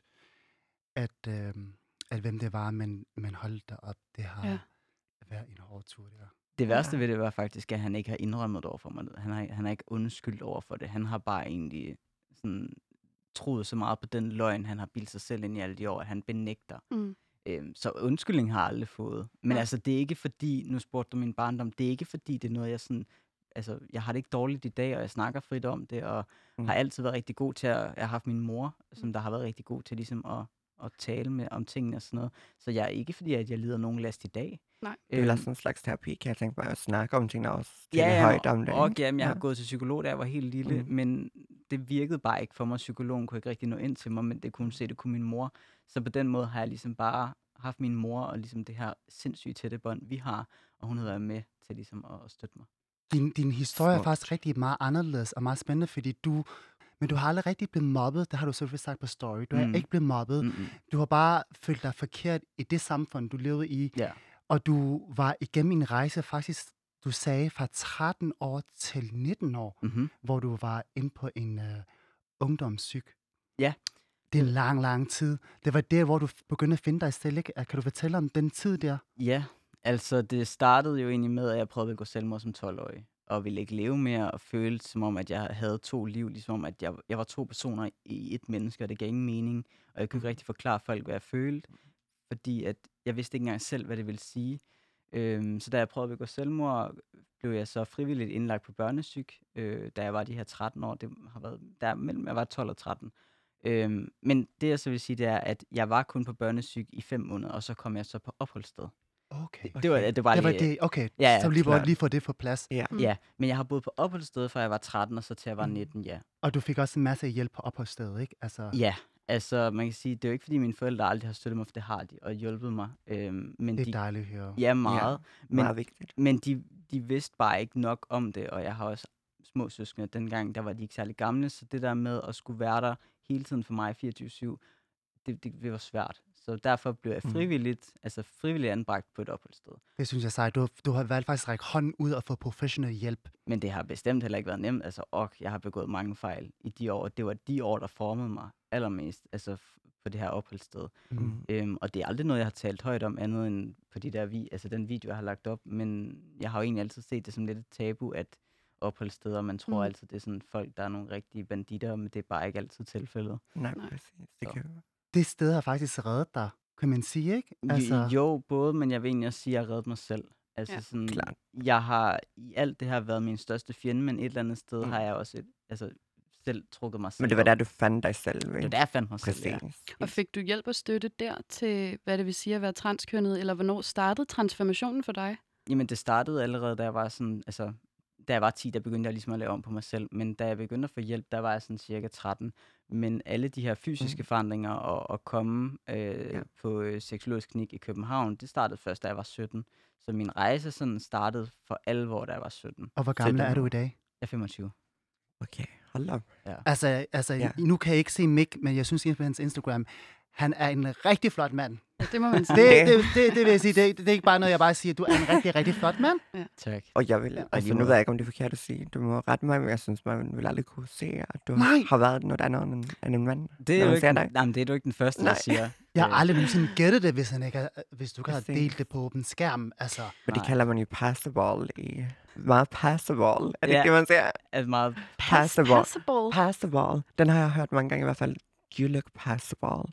at, øh, at hvem det var, men, men hold da op, det har Ja. ja. været en hård tur, der. Det værste Ja. ved det var faktisk, at han ikke har indrømmet det over for mig. Han har, han har ikke undskyldt over for det. Han har bare egentlig sådan, troet så meget på den løgn, han har bildt sig selv ind i alle de år, at han benægter. Mm. Øhm, så undskyldning har jeg aldrig fået. Men Nej. altså, det er ikke fordi, nu spurgte du min barndom, det er ikke fordi, det er noget, jeg sådan, altså, jeg har det ikke dårligt i dag, og jeg snakker frit om det, og Mm. har altid været rigtig god til at, jeg har haft min mor, som der har været rigtig god til ligesom at, at tale med om tingene og sådan noget. Så jeg er ikke fordi, at jeg lider nogen last i dag. Nej. Det er vel Øhm, også en slags terapi, kan jeg tænke mig, at snakke om tingene også. Ja, Tale ja, højt om det. og ikke? jamen, jeg har Ja. gået til psykolog, da jeg var helt lille, Mhm. men det virkede bare ikke for mig. Psykologen kunne ikke rigtig nå ind til mig, men det kunne hun se, det kunne min mor. Så på den måde har jeg ligesom bare haft min mor og ligesom det her sindssygt tætte bånd, vi har, og hun har været med til ligesom at, at støtte mig. Din, din historie er Smukt. faktisk rigtig meget anderledes og meget spændende, fordi du, men du har aldrig rigtig blevet mobbet, det har du selvfølgelig sagt på story. Du har Mm. ikke blevet mobbet. Mm-mm. Du har bare følt dig forkert i det samfund, du levede i. Ja. Og du var igennem en rejse faktisk, du sagde, fra tretten år til nitten år, Mm-hmm. hvor du var inde på en uh, ungdomssyg. Ja. Det er en lang, lang tid. Det var der, hvor du f- begyndte at finde dig selv, ikke? Kan du fortælle om den tid der? Ja, altså det startede jo egentlig med, at jeg prøvede at gå selvmord som tolv-årig, og ville ikke leve mere, og følte som om, at jeg havde to liv, ligesom om, at jeg, jeg var to personer i et menneske, og det gav ingen mening, og jeg kunne ikke rigtig forklare folk, hvad jeg følte, fordi at jeg vidste ikke engang selv, hvad det ville sige. Øhm, så da jeg prøvede at begå selvmord, blev jeg så frivilligt indlagt på børnesyg, øh, da jeg var de her tretten år. Det har været der mellem jeg var tolv og tretten. Øhm, men det jeg så vil sige, det er, at jeg var kun på børnesyg i fem måneder, og så kom jeg så på opholdssted. Okay. Det var, det var Det var lige, det. Okay, Ja, ja, så lige, klart. lige få det på plads. Ja. Mm. Ja, men jeg har boet på opholdssted, fra jeg var tretten, og så til jeg var Mm. nitten, ja. Og du fik også en masse hjælp på opholdsstedet, ikke? Altså, Ja, altså man kan sige, det er jo ikke fordi mine forældre aldrig har støttet mig, for det har de, og hjulpet mig. Øhm, men det er de, dejligt at høre. ja, meget. Men, Meget vigtigt. men de, de vidste bare ikke nok om det, og jeg har også små søskende. Dengang, der var de ikke særlig gamle, så det der med at skulle være der hele tiden for mig fireogtyve syv, det, det, det var svært. Så derfor blev jeg Mm. frivilligt, altså frivilligt anbragt på et opholdssted. Det synes jeg sejt. Du, du har valgt faktisk at række hånden ud og få professionel hjælp. Men det har bestemt heller ikke været nemt. Altså, og jeg har begået mange fejl i de år. Det var de år, der formede mig allermest, altså f- på det her opholdssted. Mm. Øhm, og det er aldrig noget, jeg har talt højt om, andet end på de der vi, altså den video, jeg har lagt op. Men jeg har jo egentlig altid set det som lidt et tabu, at opholdssteder, man tror Mm. altid, det er sådan folk, der er nogle rigtige banditter, men det er bare ikke altid tilfældet. Nej, Nej. præcis. Det Så. kan Det sted har faktisk reddet dig, kan man sige, ikke? Altså... Jo, både, men jeg vil egentlig også sige, at jeg har reddet mig selv. Altså Ja. sådan, Klart. jeg har i alt det her været min største fjende, men et eller andet sted Mm. har jeg også et, altså, selv trukket mig selv Men det var op. der, du fandt dig selv, Det var ikke? der, jeg fandt mig Præcis. selv, ja. Og fik du hjælp og støtte der til, hvad det vil sige at være transkønnet, eller hvornår startede transformationen for dig? Jamen, det startede allerede, da jeg var sådan, altså, da jeg var ti, der begyndte jeg ligesom at lave om på mig selv. Men da jeg begyndte at få hjælp, der var jeg sådan cirka tretten. Men alle de her fysiske Mm. forandringer og at komme øh, Ja. på øh, Sexologisk Klinik i København, det startede først, da jeg var sytten. Så min rejse sådan startede for alvor, da jeg var sytten. Og hvor gammel det er du nu. i dag? Jeg er femogtyve. Okay, hold op. Altså, altså Ja. nu kan jeg ikke se Mick, men jeg synes, på hans Instagram, han er en rigtig flot mand. Ja, det må man sige. Det, Okay. det, det, det vil jeg sige. Det, det er ikke bare noget, jeg bare siger. Du er en rigtig, rigtig flot mand. Tak. Og jeg vil, Ja. ja, Og altså lige nu måde. ved jeg ikke, om det er forkert at sige, du må rette mig, men jeg synes, man vil aldrig kunne se, at du Nej. har været noget andet end, end en mand. Det er, når jo man ikke ser den, dig. nej, men det er du ikke den første, der Nej. siger. Jeg har Øh, aldrig nogensinde gættet det, hvis, han ikke har, hvis du ikke har Præcis. delt det på åben skærm. Altså, Men det Nej. kalder man jo passable i... Meget passable. Er det Ja. ikke det, man siger? er meget Passable. Passable. Passable. Den har jeg hørt mange gange i hvert fald. You look passable. Nå.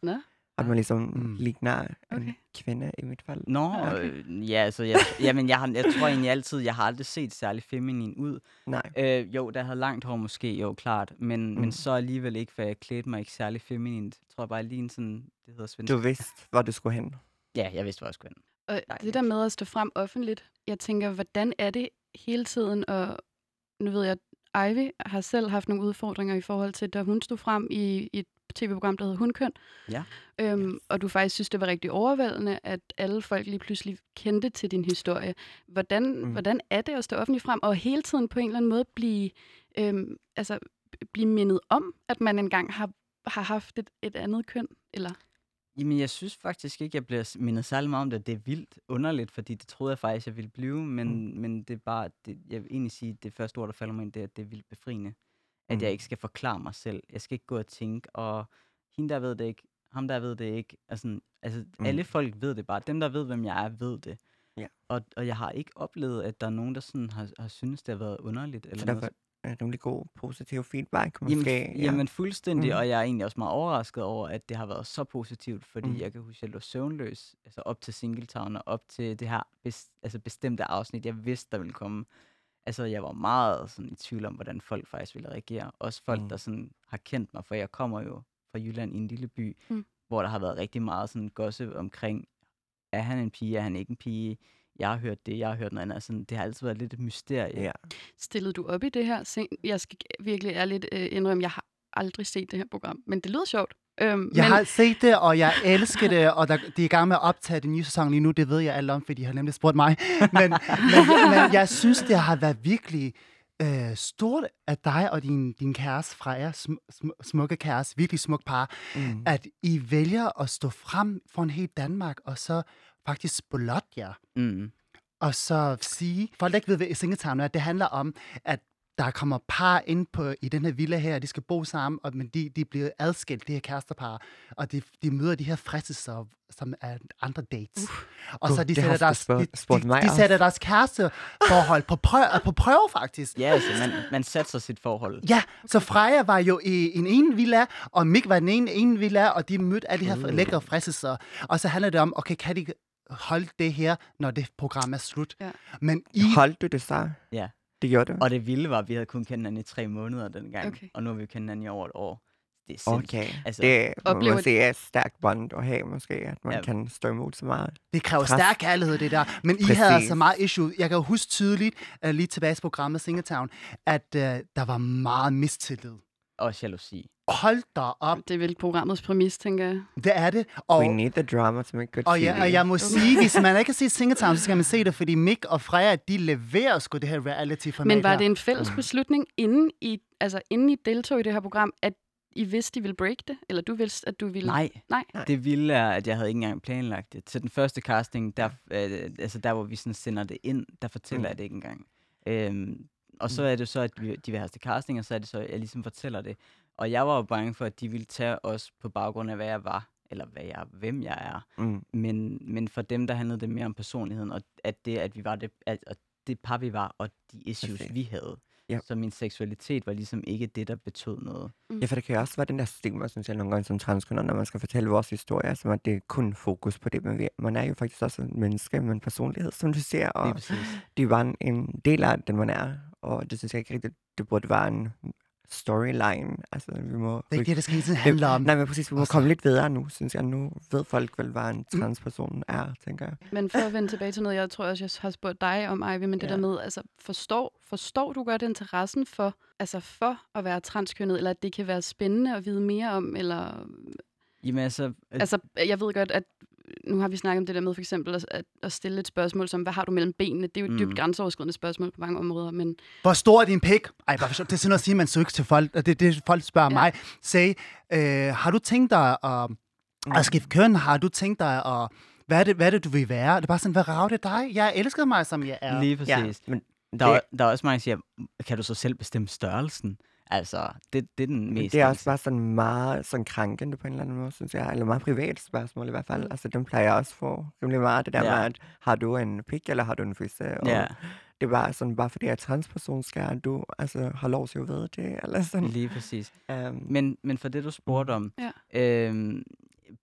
At man ligesom Mm. ligner en Okay. kvinde i mit fald. Nå, Okay. øh, ja, altså, jeg, jamen, jeg, har, jeg tror egentlig altid, jeg har aldrig set særlig feminin ud. Nej. Øh, jo, der havde langt hår måske, jo, klart, men, Mm. men så alligevel ikke, for jeg klædte mig ikke særlig feminint. Jeg tror bare lige en sådan, det hedder svensk. Du vidste, hvor du skulle hen. Ja, jeg vidste, hvor jeg skulle hen. Og Dejligt. det der med at stå frem offentligt, jeg tænker, hvordan er det hele tiden, og nu ved jeg, at Ivy har selv haft nogle udfordringer i forhold til, da hun stod frem i, i et tv-program, der hedder Hundkøn. Ja. Øhm, og du faktisk synes, det var rigtig overvældende, at alle folk lige pludselig kendte til din historie. Hvordan, Mm. mm. hvordan er det at stå offentligt frem, og hele tiden på en eller anden måde blive, øhm, altså, blive mindet om, at man engang har, har haft et, et andet køn? Eller? Jamen, jeg synes faktisk ikke, jeg bliver mindet særlig meget om det. Det er vildt underligt, fordi det troede jeg faktisk, jeg ville blive, men, mm. men det er bare, det, jeg vil egentlig sige, det første ord, der falder mig ind, det er, at det er vildt befriende. At Mm. jeg ikke skal forklare mig selv. Jeg skal ikke gå og tænke, og hende der ved det ikke, ham der ved det ikke. Altså, altså Mm. alle folk ved det bare. Dem, der ved, hvem jeg er, ved det. Ja. Og, og jeg har ikke oplevet, at der er nogen, der sådan har, har syntes, det har været underligt. Så Eller derfor noget. er rimelig god positiv feedback, Jamen, måske. f- jamen fuldstændig, Mhm. og jeg er egentlig også meget overrasket over, at det har været så positivt, fordi Mhm. jeg kan huske, at jeg lå søvnløs, altså op til Singletown og op til det her bes- altså bestemte afsnit, jeg vidste, der ville komme. Altså, jeg var meget sådan i tvivl om, hvordan folk faktisk ville reagere. Også folk, Mm. der sådan har kendt mig, for jeg kommer jo fra Jylland i en lille by, Mm. hvor der har været rigtig meget sådan gossip omkring, er han en pige, er han ikke en pige? Jeg har hørt det, jeg har hørt noget andet. Altså, det har altid været lidt et mysterie. Ja. Stillede du op i det her? Se- Jeg skal virkelig ærligt øh, indrømme, jeg har aldrig set det her program, men det lyder sjovt. Øhm, Jeg men, har set det, og jeg elsker det, og der, de er i gang med at optage den nye sæson lige nu. Det ved jeg alt om, fordi de har nemlig spurgt mig. Men, men, men jeg synes, det har været virkelig øh, stort af dig og din, din kæreste, Freja, sm, sm, smukke kæreste, virkelig smuk par, Mm. at I vælger at stå frem for en helt Danmark, og så faktisk blotte jer. Mm. Og så sige, folk der ikke ved, hvad Singletown er, det handler om, at der kommer par ind på, i den her villa her, de skal bo sammen, og, men de, de bliver adskilt, de her kærestepar, og de, de møder de her fristelser, som er andre dates. Uh, og Gud, så de det sætter, har du deres, spurgt- de, spurgt de, mig de også. sætter deres kæresteforhold på prøve, på prøve, faktisk. Ja, altså, man, man satser sit forhold. Ja, så Freja var jo i en ene villa, og Mick var i den ene, ene villa, og de mødte alle de her Mm. lækre fristelser. Og så handler det om, okay, kan de holde det her, når det program er slut? Ja. Men I... Holdt du det så? Ja. Det gjorde du? Og det vilde var, at vi havde kun kendt hinanden i tre måneder dengang, Okay. og nu har vi jo kendt hinanden i over et år. Det er sindssygt. Okay. Altså, Det må oplever- man sige er et stærkt bånd at have, måske, at man Ja. kan stå imod så meget. Det kræver Pres. stærk kærlighed, det der. Men I Præcis. havde altså meget issue. Jeg kan jo huske tydeligt, uh, lige tilbage til programmet Singletown, at uh, der var meget mistillid. Og jalousi. Hold da op, det er vel programmets præmis, tænker jeg. det er det. Og, We need the drama to make good og, T V. ja, og jeg må sige, hvis man ikke har set Singletown, så skal man se det, fordi Mick og Freja, de leverer sgu det her reality-format Men var her. det en fælles beslutning, inden I, altså, inden I deltog i det her program, at I vidste, I ville break det? Eller du vidste, at du ville... Nej. Nej. Det vilde er, at jeg havde ikke engang planlagt det. Til den første casting, der, øh, altså der hvor vi sådan sender det ind, der fortæller Mm. jeg det ikke engang. Øhm, og så er det så, at vi, de vil have os til casting, og så er det så, at jeg ligesom fortæller det. Og jeg var jo bange for, at de ville tage os på baggrund af, hvad jeg var, eller hvad jeg, hvem jeg er. Mm. Men, men for dem, der handlede det mere om personligheden, og at det, at vi var det, at, at det par, vi var, og de issues, Præcis. vi havde. Ja. Så min seksualitet var ligesom ikke det, der betød noget. Ja, for det kan jo også være den der stigma, synes jeg, nogle gange som transkønner, når man skal fortælle vores historie, som at det er kun fokus på det, men vi, man er jo faktisk også en menneske med en personlighed, som du siger, Lige og præcis. det er bare en, en del af den, man er, og det synes jeg ikke rigtigt, det burde være en storyline. Altså, vi må... Det er ikke det, det skal hele tiden handle om. Nej, men præcis, vi må Og så- komme lidt videre nu, synes jeg. Nu ved folk vel, hvad en transperson er, tænker jeg. Men for at vende tilbage til noget, jeg tror også, jeg har spurgt dig om, Ivy, men det Ja. der med, altså, forstår, forstår du godt interessen for, altså, for at være transkønnet, eller at det kan være spændende at vide mere om, eller... Jamen altså, Altså, jeg ved godt, at nu har vi snakket om det der med for eksempel at, at, at stille et spørgsmål som, hvad har du mellem benene? Det er jo et dybt Mm. grænseoverskridende spørgsmål på mange områder, men Hvor stor er din pik? Ej, bare for sjov. Det er sådan noget at sige, man søger til folk, og det er det, folk spørger Ja. mig. Say, øh, har du tænkt dig at, at skifte køn? Har du tænkt dig at... Hvad er, det, hvad er det, du vil være? Det er bare sådan, hvad rager det dig? Jeg elsker mig, som jeg er. lige præcis. men Der, er, det- der er også mange, der siger, kan du så selv bestemme størrelsen? Altså, det, det er den Men mest... det er også bare sådan meget sådan krænkende på en eller anden måde, synes jeg. Eller meget privat spørgsmål i hvert fald. Altså, dem plejer jeg også få rimelig meget. Det der Ja. med, at har du en pik, eller har du en fisse? Og Ja, det er bare sådan, bare fordi jeg er transperson, skal du altså have lov til at vide det, eller sådan. lige præcis. Um, Men, men for det, du spurgte om, Ja. øhm,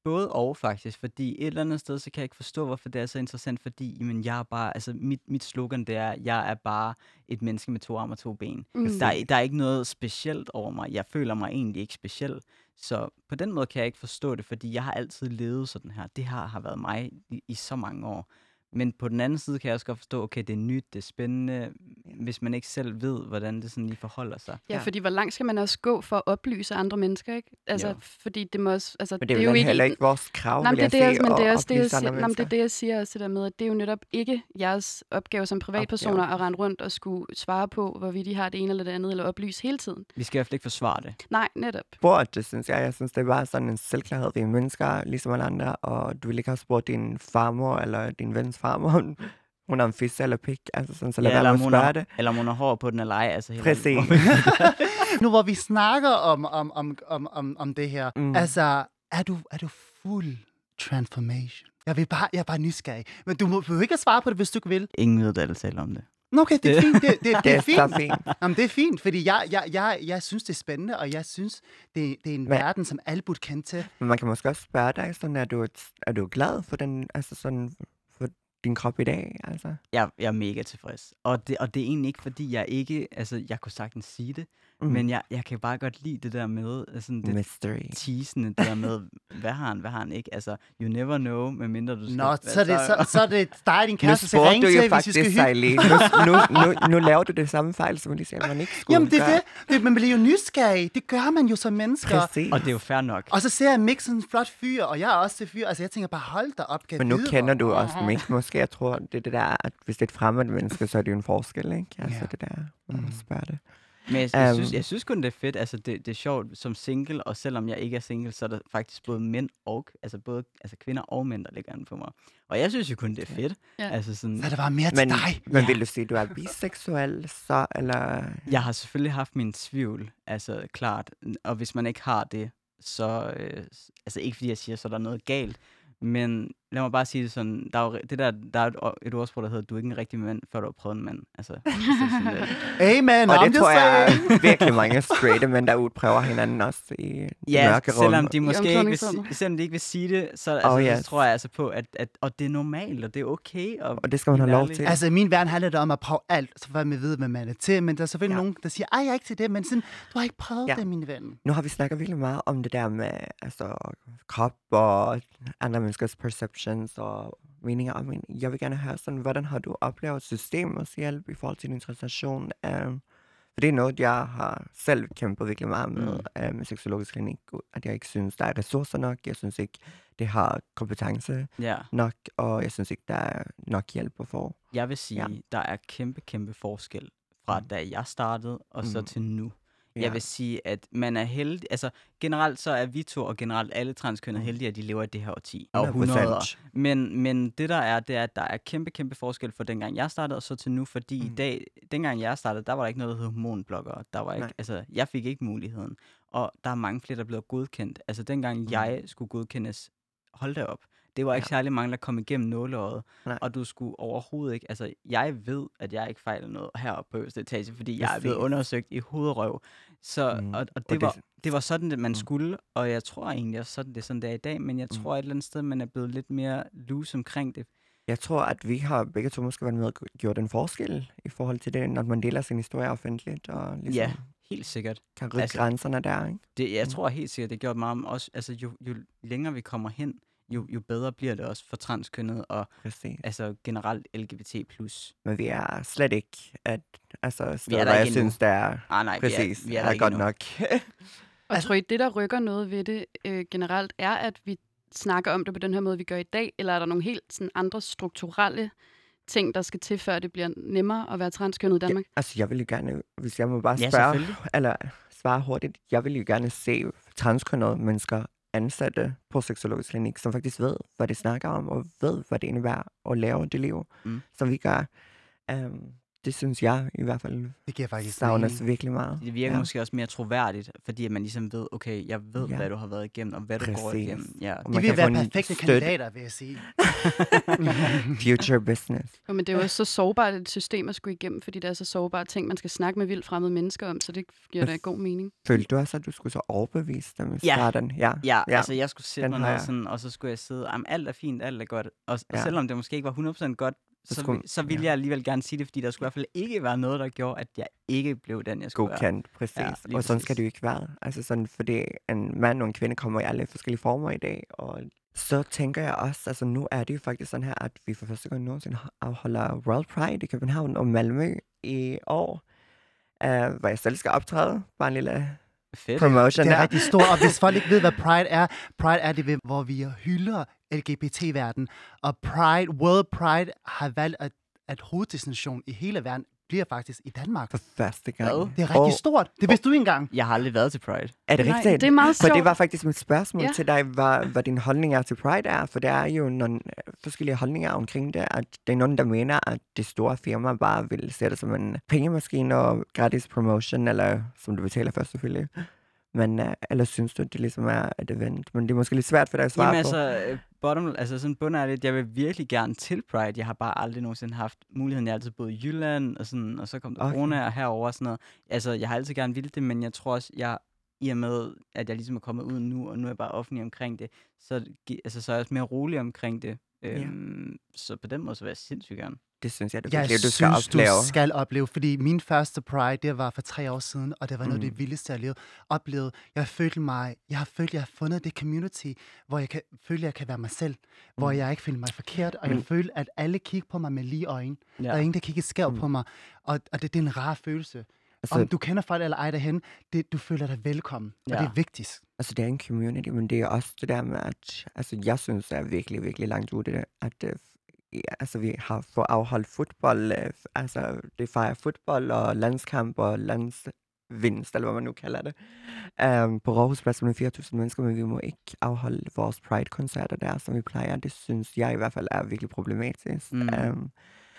både og faktisk, fordi et eller andet sted, så kan jeg ikke forstå, hvorfor det er så interessant, fordi jamen, jeg er bare, altså mit, mit slogan, det er, jeg er bare et menneske med to arme og to ben. Mm. Der, er- der er ikke noget specielt over mig. Jeg føler mig egentlig ikke speciel. Så på den måde kan jeg ikke forstå det, fordi jeg har altid levet sådan her. Det her har været mig i, i så mange år. Men på den anden side kan jeg også godt forstå, okay, det er nyt, det er spændende, hvis man ikke selv ved, hvordan det sådan lige forholder sig. Ja, Ja. fordi hvor langt skal man også gå for at oplyse andre mennesker, ikke? Altså, Jo. fordi det må også... Altså, Men det er jo heller ikke vores krav, Nej, vil men det jeg er det, sige, jeg, men det er at også det, jeg oplyse siger, andre nej, men det er mennesker. det, jeg siger også det der med, at det er jo netop ikke jeres opgave som privatpersoner at rende rundt og skulle svare på, hvorvidt de har det ene eller det andet, eller oplyse hele tiden. Vi skal i hvert fald ikke forsvare det. Nej, netop. Spurgt, det synes jeg. Jeg synes, det er bare sådan en selvklarhed. Vi er mennesker, ligesom alle andre, og du vil ikke have spurgt din farmor eller din vens farmor, om hun har en fisse eller pik. Altså sådan, så lad eller, være om med at hun spørge har, det. eller om hun har hår på den eller ej. Altså, helt Præcis. Nu hvor vi snakker om, om, om, om, om, om det her, Mm. mm. altså, er du, er du fuld transformation? Jeg, vil bare, jeg er bare nysgerrig. Men du må jo ikke svare på det, hvis du ikke vil. Ingen ved, der taler om det. Nå, okay, det er fint. Det, det, det, Det er er fint. så fint. Jamen, det er fint, fordi jeg, jeg, jeg, jeg synes, det er spændende, og jeg synes, det, det er en Men- verden, som alle burde kende til. Men man kan måske også spørge dig, sådan, er du, er du glad for, den, altså sådan, for din krop i dag? Altså? Jeg, jeg er mega tilfreds. Og det, og det er egentlig ikke, fordi jeg ikke... Altså, jeg kunne sagtens sige det, Mm. mm. men jeg, jeg kan bare godt lide det der med... Altså, det Mystery. teasende, det der med, hvad har han, hvad har han ikke? Altså, you never know, medmindre du skal... Nå, så er det, så, så er det dig og din Nu kæreste til at spurgte ringe du til, jo hvis vi faktisk, skal hygge. Sejli. Nu, nu, nu, nu laver du det samme fejl, som man lige sagde, man ikke skulle Jamen, det er gøre. det. det. Man bliver jo nysgerrig. Det gør man jo som mennesker. Præcis. Og det er jo fair nok. Og så ser jeg Mick sådan en flot fyr, og jeg er også til fyr. Altså, jeg tænker bare, hold da op, kan Men nu vide, kender hvor- du også Mick, måske. Jeg tror, det er det der, at hvis det er et fremmed menneske, så er det jo en forskel, ikke? Altså Ja. det der, man må spørge det. Men jeg, jeg, Øhm. synes, jeg synes kun, det er fedt. Altså, det, det er sjovt som single, og selvom jeg ikke er single, så er der faktisk både mænd og, altså både altså kvinder og mænd, der ligger an på mig. Og jeg synes jo kun, det er fedt. Ja. Altså sådan, Så er der bare mere til Men, dig. men vil du sige, at du er biseksuel, så, eller... jeg har selvfølgelig haft min tvivl, altså klart. Og hvis man ikke har det, så, øh, s- altså ikke fordi jeg siger, så er der noget galt, men lad mig bare sige det sådan, der er jo, det der, der er et, o- et ordsprog, der hedder, du er ikke en rigtig mand, før du har prøvet en mand. Altså, altså sådan, øh, Amen, Og I'm det just tror jeg saying. er virkelig mange straighte mænd, der udprøver hinanden også i ja, mørke rum. selvom de måske ikke vil, omklædningsrummet. si- selvom de ikke vil sige det, så, altså, Oh, så yes. tror jeg altså på, at, at og det er normalt, og det er okay. Og, Og det skal man have lov ærlig. til. Altså, i min verden handler det om at prøve alt, så får man vide, hvad man er til. Men der er selvfølgelig Ja. nogen, der siger, ej, jeg er ikke til det. Men sådan, du har ikke prøvet Ja. det, min ven. Nu har vi snakket virkelig meget om det der med altså, krop og andre menneskers perceptions og meninger. Og men jeg vil gerne høre sådan, hvordan har du oplevet systemets hjælp i forhold til din transition? Um, for det er noget, jeg har selv kæmpet virkelig meget med Mm. mm. med seksologisk klinik. At jeg ikke synes, der er ressourcer nok. Jeg synes ikke, det har kompetence Ja, nok. Og jeg synes ikke, der er nok hjælp at få. jeg vil sige, Ja. der er kæmpe, kæmpe forskel fra Mm. da jeg startede, og så Mm. til nu. Ja. Jeg vil sige, at man er heldig, altså generelt så er vi to, og generelt alle transkønnede Mm. heldige, at de lever i det her årti. Og hundrede hundreder. procent. Men, men det der er, det er, at der er kæmpe, kæmpe forskel fra dengang jeg startede, og så til nu, fordi mm. Mm. i dag, dengang jeg startede, der var der ikke noget, der hed hormonblokkere. Der var ikke, Nej. altså, jeg fik ikke muligheden. Og der er mange flere, der blev godkendt. Altså dengang Mm. jeg skulle godkendes, hold da op. Det var ikke Ja. særlig mange, der kom igennem nåleøjet. Nej. Og du skulle overhovedet ikke... Altså, jeg ved, at jeg ikke fejler noget heroppe på øverste etage, fordi jeg er blevet Præcis. undersøgt i hovedrøv. Så, Mm. og, og Og det, det- var, det var sådan, det man Mm. skulle, og jeg tror egentlig også, sådan det er sådan, det er i dag, men jeg Mm. tror et eller andet sted, man er blevet lidt mere loose omkring det. Jeg tror, at vi har begge to måske været med og gjort en forskel i forhold til det, når man deler sin historie offentligt og ligesom Ja, helt sikkert. kan rydde Altså- grænserne der, ikke? Det, jeg Mm. tror helt sikkert, det har gjort meget om os. Altså, jo, jo længere vi kommer hen, jo, jo bedre bliver det også for transkønnet og Præcis. altså generelt L G B T plus. Men vi er slet ikke at, altså, steder, der hvor jeg ikke endnu. synes, det er Ah, nej, præcis, vi er, vi er, er, der er ikke godt endnu. nok. Og Altså- tror I, det, der rykker noget ved det øh, generelt, er, at vi snakker om det på den her måde, vi gør i dag? Eller er der nogle helt sådan, andre strukturelle ting, der skal til, før det bliver nemmere at være transkønnet i Danmark? Altså, jeg vil jo gerne, hvis jeg må bare Ja, spørge, selvfølgelig. eller svare hurtigt, jeg vil jo gerne se transkønnede mennesker ansatte på seksologisk klinik, som faktisk ved, hvad de snakker om, og ved, hvad det indebærer at lave det liv, Mm. som vi gør. Um, det det synes jeg i hvert fald Det giver faktisk savnes mening. virkelig meget. Det virker Ja. måske også mere troværdigt, fordi at man ligesom ved, okay, jeg ved, Ja. hvad du har været igennem, og hvad du går Præcis. igennem. Ja. Og De man vil kan få være en perfekte støtte. kandidater, vil jeg sige. Future business. Jo, men det er jo også så sårbart et system at skulle igennem, fordi det er så sårbare ting, man skal snakke med vildt fremmede mennesker om, så det giver da god mening. Følte du også, at du skulle så overbevise dem i Ja. starten? Ja. Ja, Ja. altså jeg skulle sætte Den mig har ned jeg. sådan, og så skulle jeg sidde, jamen alt er fint, alt er godt. Og, og Ja. selvom det måske ikke var hundrede procent godt, Så så, skulle- vi- så ville ja. jeg alligevel gerne sige det, fordi der skulle i hvert fald ikke være noget, der gjorde, at jeg ikke blev den, jeg skulle være. Godkendt, præcis. Ja, Ja, lige og sådan præcis. skal det jo ikke være. Altså sådan, fordi en mand og en kvinde kommer i alle forskellige former i dag, og så tænker jeg også, altså nu er det jo faktisk sådan her, at vi for første gang nogensinde afholder World Pride i København og Malmø i år, uh, hvor jeg selv skal optræde. Bare en lille Fedt. promotion Det er der. rigtig stort, og hvis folk ikke ved, hvad Pride er, Pride er det, ved, hvor vi hylder L G B T-verden, og Pride, World Pride har valgt, at, at hoveddestination i hele verden bliver faktisk i Danmark. For første gang. Hvad? Det er rigtig Og stort. Det vidste du ikke engang. Jeg har aldrig været til Pride. er det Nej, rigtigt? det er meget For sjovt. det var faktisk mit spørgsmål Ja. ja. til dig, hvad, hvad din holdning er til Pride er. For der er jo nogle forskellige holdninger omkring det. At det er nogen, der mener, at de store firmaer bare vil se det som en pengemaskine og gratis promotion, eller som du betaler først selvfølgelig. Men uh, eller synes du, det ligesom er et event? Men det er måske lidt svært for dig at svare Jamen på. altså, øh, bottom, altså sådan bundærligt, jeg vil virkelig gerne til Pride. Jeg har bare aldrig nogensinde haft muligheden. Jeg har altid boet i Jylland, og, sådan, og så kom der Okay. corona og herover og sådan noget. Altså, jeg har altid gerne ville det, men jeg tror også, jeg i og med, at jeg ligesom er kommet ud nu, og nu er jeg bare offentlig omkring det, så, gi- altså, så er jeg også mere rolig omkring det. Øhm, Så på den måde, så vil jeg sindssygt gerne. Det synes jeg, det Jeg virkelig, du skal synes, opleve. du skal opleve, fordi min første Pride, det var for tre år siden, og det var noget af Mm. det vildeste, jeg levede- oplevede. Jeg følte mig, jeg har følt, jeg har fundet det community, hvor jeg kan føle, jeg kan være mig selv, hvor Mm. jeg ikke føler mig forkert, og jeg Men- følte, at alle kigger på mig med lige øjne. Ja. Der er ingen, der kigger skævt Mm. på mig, og, og det, det er en rar følelse. Altså, Om du kender folk eller ej derhen, det, du føler dig velkommen, og Ja. det er vigtigt. Altså, det er en community, men det er også det der med, at altså, jeg synes, det er virkelig, virkelig langt ude, det, at uh, ja, altså, vi har fået afholdt fodbold, uh, altså, det fejrer fodbold og landskamp og landsvinst, eller hvad man nu kalder det, um, på Rådhusplads med fire tusind mennesker, men vi må ikke afholde vores Pride-koncerter der, som vi plejer. Det synes jeg i hvert fald er virkelig problematisk. Mm. Um,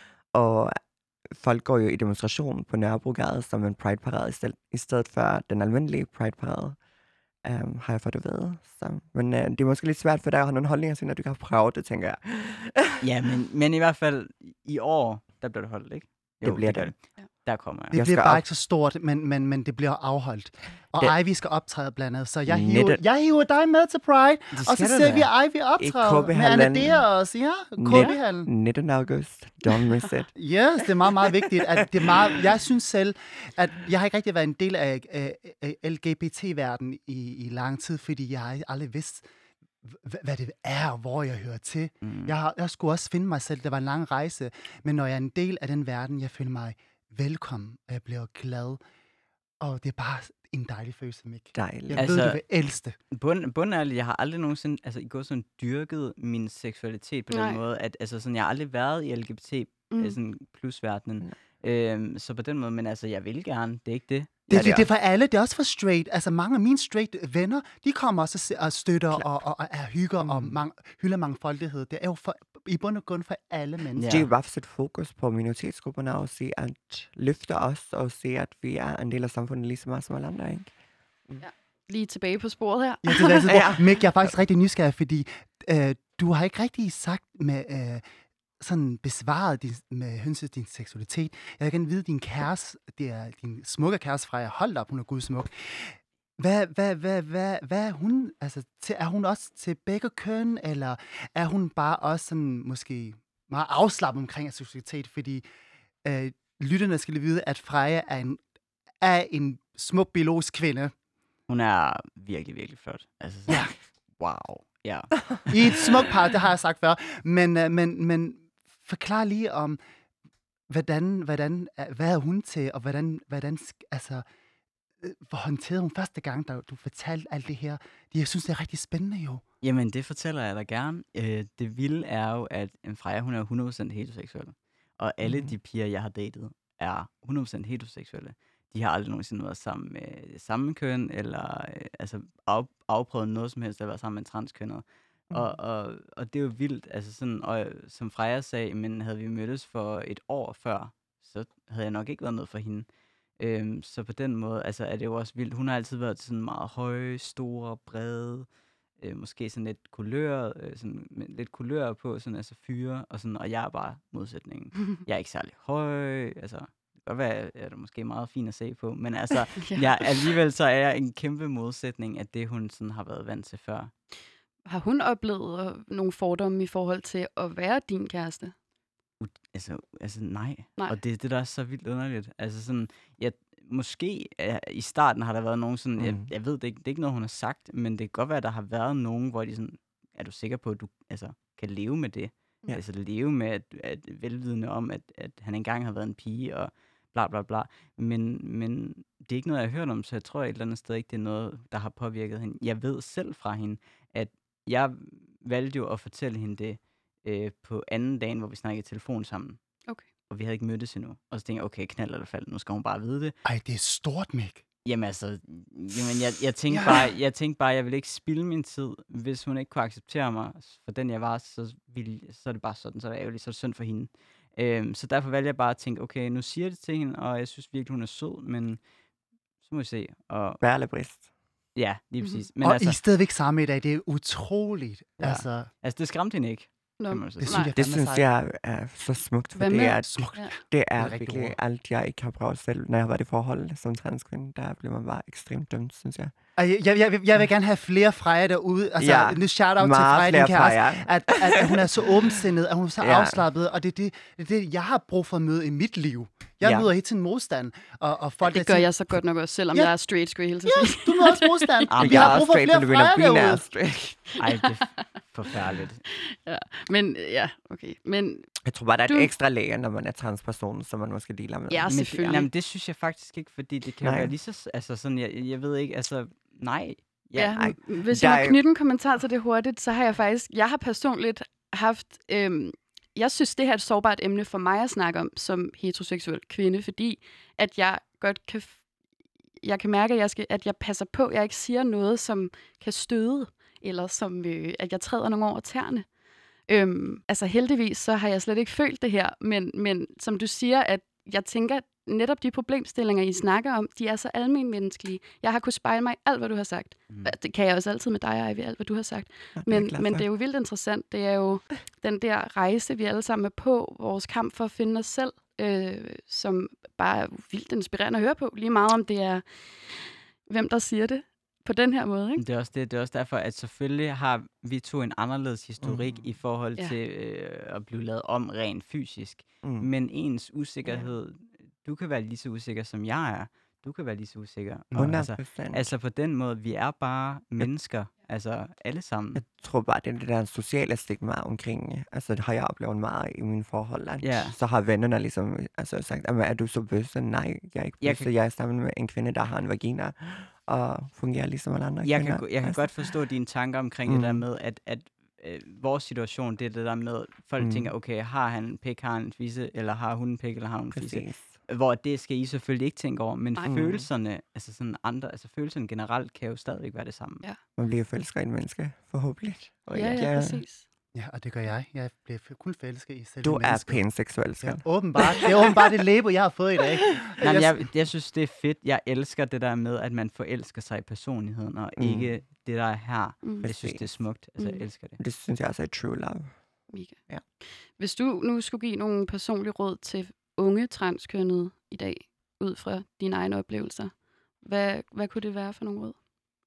og folk går jo i demonstration på Nørrebrogade som en Pride-parade i stedet, i stedet for den almindelige Pride-parade. Um, har jeg fået det ved. Så. Men uh, det er måske lidt svært for dig at have nogle holdninger til, når du ikke har prøvet det, tænker jeg. Ja, men, men i hvert fald i år, der bliver det holdt, ikke? Det bliver gør det. Ja. Der kommer jeg. Det Jeg bliver skal bare op- ikke så stort, men, men, men det bliver afholdt. Og Det- Ivy skal optræde blandt andet, så jeg Nette- hiver, jeg hiver dig med til Pride, Det og så skal du ser da. vi Ivy optræde med KB-hallen. Anna Dea også, ja, K B-hallen. nittende august. Don't miss it. Yes, det er meget, meget vigtigt. At det er meget, jeg synes selv, at jeg har ikke rigtig været en del af, af, af L G B T-verdenen i, i lang tid, fordi jeg har aldrig vidst, h- hvad det er, og hvor jeg hører til. Mm. Jeg, har, jeg skulle også finde mig selv. Det var en lang rejse. Men når jeg er en del af den verden, jeg føler mig velkommen, og jeg bliver glad. Og det er bare en dejlig følelse, Mik. Dejligt. Jeg Altså- ved, du vil elske det. Bund, bundærligt, jeg har aldrig nogensinde altså, i går sådan dyrket min seksualitet på den Nej. måde, at altså, sådan, jeg har aldrig været i L G B T Mm. mm. sådan, plus-verdenen. Øhm, så på den måde, men altså, jeg vil gerne, det er ikke det. Det, Ja, det, det er det er for alle. Det er også for straight. Altså, mange af mine straight venner, de kommer også og se- og støtter og, og, og er hygger mm. og mang, hylder mangfoldighed. Det er jo for, i bund og grund for alle mennesker. Ja. Det er jo bare for at sætte fokus på minoritetsgrupperne og se at løfte os og se, at vi er en del af samfundet lige så meget som alle andre, ikke? Lige tilbage på sporet her. Ja, det er altså, Ja. Mik, jeg er faktisk rigtig nysgerrig, fordi øh, du har ikke rigtig sagt med... Øh, sådan besvaret din, med hensyn til din seksualitet. Jeg vil gerne vide, din kæreste, det er din smukke kæreste fra jer, hold op, hun er gudsmuk. Hvad, hvad, hvad, hvad, hvad er hun, altså, til, er hun også til begge køn, eller er hun bare også sådan, måske meget afslappet omkring seksualitet, fordi øh, lytterne skal lige vide, at Freja er en, er en smuk biologisk kvinde. Hun er virkelig, virkelig flot. Altså, sådan, Ja. Wow. Ja. I et smukt par, det har jeg sagt før, men, øh, men, men forklar lige om, hvordan, hvordan, øh, hvad er hun til, og hvordan, hvordan sk- altså, øh, hvor håndterede hun første gang, da du fortalte alt det her? Jeg synes, det er rigtig spændende jo. Jamen, det fortæller jeg da gerne. Øh, det vilde er jo, at en Freja, hun er hundrede procent heteroseksuel. Og alle Mhm. de piger, jeg har datet, er hundrede procent heteroseksuelle. De har aldrig nogensinde været sammen med samme køn, eller øh, altså af, afprøvet noget som helst, at være sammen med en transkønnet. Mm. Og, og, og det er jo vildt, altså sådan, og øh, som Freja sagde, men havde vi mødtes for et år før, så havde jeg nok ikke været noget for hende. Øhm, så på den måde altså, er det jo også vildt. Hun har altid været sådan meget høje, store, brede, øh, måske sådan lidt kulør, øh, sådan, med lidt kulør på, sådan, altså fyre, og, sådan, og jeg er bare modsætningen. Jeg er ikke særlig høj, altså, det kan godt være, jeg er det måske meget fint at se på, men altså, Ja. jeg, alligevel så er jeg en kæmpe modsætning af det, hun sådan har været vant til før. Har hun oplevet øh, nogle fordomme i forhold til at være din kæreste? U- altså, altså nej. Nej. Og det er det, der er så vildt underligt. Altså sådan, jeg, måske uh, i starten har der været nogen sådan, mm. jeg, jeg ved det ikke, det er ikke noget, hun har sagt, men det kan godt være, at der har været nogen, hvor de sådan, er du sikker på, at du altså, kan leve med det? Ja. Altså leve med at, at velvidende om, at, at han engang har været en pige, og bla bla bla. Men, men det er ikke noget, jeg har hørt om, så jeg tror et eller andet sted ikke, det er noget, der har påvirket hende. Jeg ved selv fra hende, at jeg valgte jo at fortælle hende det, øh, på anden dagen, hvor vi snakkede i telefon sammen. Okay. Og vi havde ikke mødtes endnu. Og så tænkte jeg, okay, knald eller fald, nu skal hun bare vide det. Ej, det er stort, Mick. Jamen altså, jamen, jeg, jeg, tænkte Ja. bare, jeg tænkte bare, jeg ville ikke spilde min tid, hvis hun ikke kunne acceptere mig for den, jeg var, så, ville, så er det bare sådan, så er det ærgerligt, så er det synd for hende. Øhm, så derfor valgte jeg bare at tænke, okay, nu siger jeg det til hende, og jeg synes virkelig, hun er sød, men så må vi se. Og Bær eller brist. ja, lige Mhm. præcis. Men Og I altså, er stadigvæk sammen i dag. Det er utroligt. Ja. Altså, altså, det skræmte hende ikke, Nå, kan man så det sige. synes jeg Det fandme synes sejt. jeg er så smukt, for Hvad det med? er, Smukt. Ja. det er Det er rigtigt virkelig ord. alt, jeg ikke har prøvet selv. Når jeg har været i forhold som transkvinde, der bliver man bare ekstremt dømt, synes jeg. Og jeg, jeg, jeg, jeg vil gerne have flere Freja derude. Altså, Ja, nu shout-out til meget Freja, din flere kæreste. Freja. At, at, at hun er så åbensindet, at hun er så Ja. afslappet, og det er det, det, er det, jeg har brug for at møde i mit liv. Jeg Ja. møder hele tiden modstand, og, og folk Det der gør siger, jeg så godt nok også, selvom Ja. jeg er straight, skulle jeg hele tiden Ja, sige. du møder også modstand. Jamen, Vi jeg har er brug for straight, flere men du vinder Freja binær derude. straight. Ej, det er forfærdeligt. Men ja, okay. Men Jeg tror bare, der er Du- et ekstra lag, når man er transperson, som man måske deler med. ja, Men det, selvfølgelig. jamen, det synes jeg faktisk ikke, fordi det kan jo Nej. være lige så... Altså sådan, jeg, jeg ved ikke, altså... Nej. Ja, Ja, ej, m- hvis der jeg er må jo- knytte en kommentar til det hurtigt, så har jeg faktisk, jeg har personligt haft, øhm, jeg synes, det her er et sårbart emne for mig at snakke om som heteroseksuel kvinde, fordi at jeg godt kan, f- jeg kan mærke, at jeg, skal, at jeg passer på, at jeg ikke siger noget, som kan støde, eller som, øh, at jeg træder nogle over tæerne. Øhm, altså heldigvis, så har jeg slet ikke følt det her, men, men som du siger, at jeg tænker, at netop de problemstillinger, I snakker om, de er så almenmenneskelige. Jeg har kunnet spejle mig i alt, hvad du har sagt. Mm. Det kan jeg også altid med dig, Ivy, alt, hvad du har sagt. Og det er jeg Men, glad men for. det er jo vildt interessant. Det er jo den der rejse, vi alle sammen er på, vores kamp for at finde os selv, øh, som bare er vildt inspirerende at høre på. Lige meget om det er, hvem der siger det på den her måde, ikke? Det er, også det, det er også derfor, at selvfølgelig har vi to en anderledes historik Mm. i forhold Ja. til øh, at blive lavet om rent fysisk. Mm. Men ens usikkerhed, du kan være lige så usikker, som jeg er. Du kan være lige så usikker. Og, hundrede altså, procent. altså på den måde, vi er bare mennesker. Altså alle sammen. Jeg tror bare, det er det der sociale stigma omkring, altså det har jeg oplevet meget i mine forhold, at Ja. så har vennerne ligesom altså, sagt, "Jamen, er du så bøsse? Nej, jeg er ikke Jeg bøsse, kan- jeg er sammen med en kvinde, der har en vagina, og fungerer ligesom alle andre Jeg kvinder. kan, go- jeg kan altså. godt forstå dine tanker omkring mm. det der Mm. med, at, at øh, vores situation, det er det der med, folk mm. Mm. tænker, okay, har han en pik, har han en fisse, eller har hun en pik, eller har hun en fisse. Præcis. Hvor det skal I selvfølgelig ikke tænke over, men Nej. følelserne, altså sådan andre, altså følelserne generelt kan jo stadigvæk være det samme. Ja. Man bliver forelsket i en menneske, forhåbentlig. Og Ja, ja, præcis. Ja, og det gør jeg. Jeg bliver f- kun forelsket i selv Du er pænt seksuel, Ja, skal. åbenbart. Det er åbenbart det label, jeg har fået i dag. Nej, men jeg, jeg synes, det er fedt. Jeg elsker det der med, at man forelsker sig i personligheden, og Mm. ikke det, der er her. Mm. Jeg synes, det er smukt. Altså, jeg Mm. elsker det. Det synes jeg også er true love. Mega. Ja. Hvis du nu skulle give nogle personlige råd til unge transkønnede i dag, ud fra dine egne oplevelser, hvad, hvad kunne det være for nogle råd?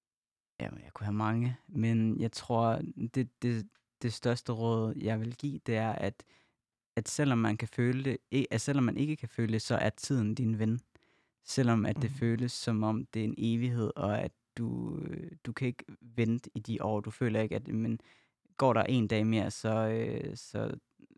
Ja, jeg kunne have mange, men jeg tror, det, det, det største råd, jeg vil give, det er, at, at selvom man kan føle det, i- at selvom man ikke kan føle det, så er tiden din ven. Selvom at det Mhm. føles som om det er en evighed, og at du, øh, du kan ikke vente i de år. Du føler ikke, at men går der en dag mere, så, øh, så,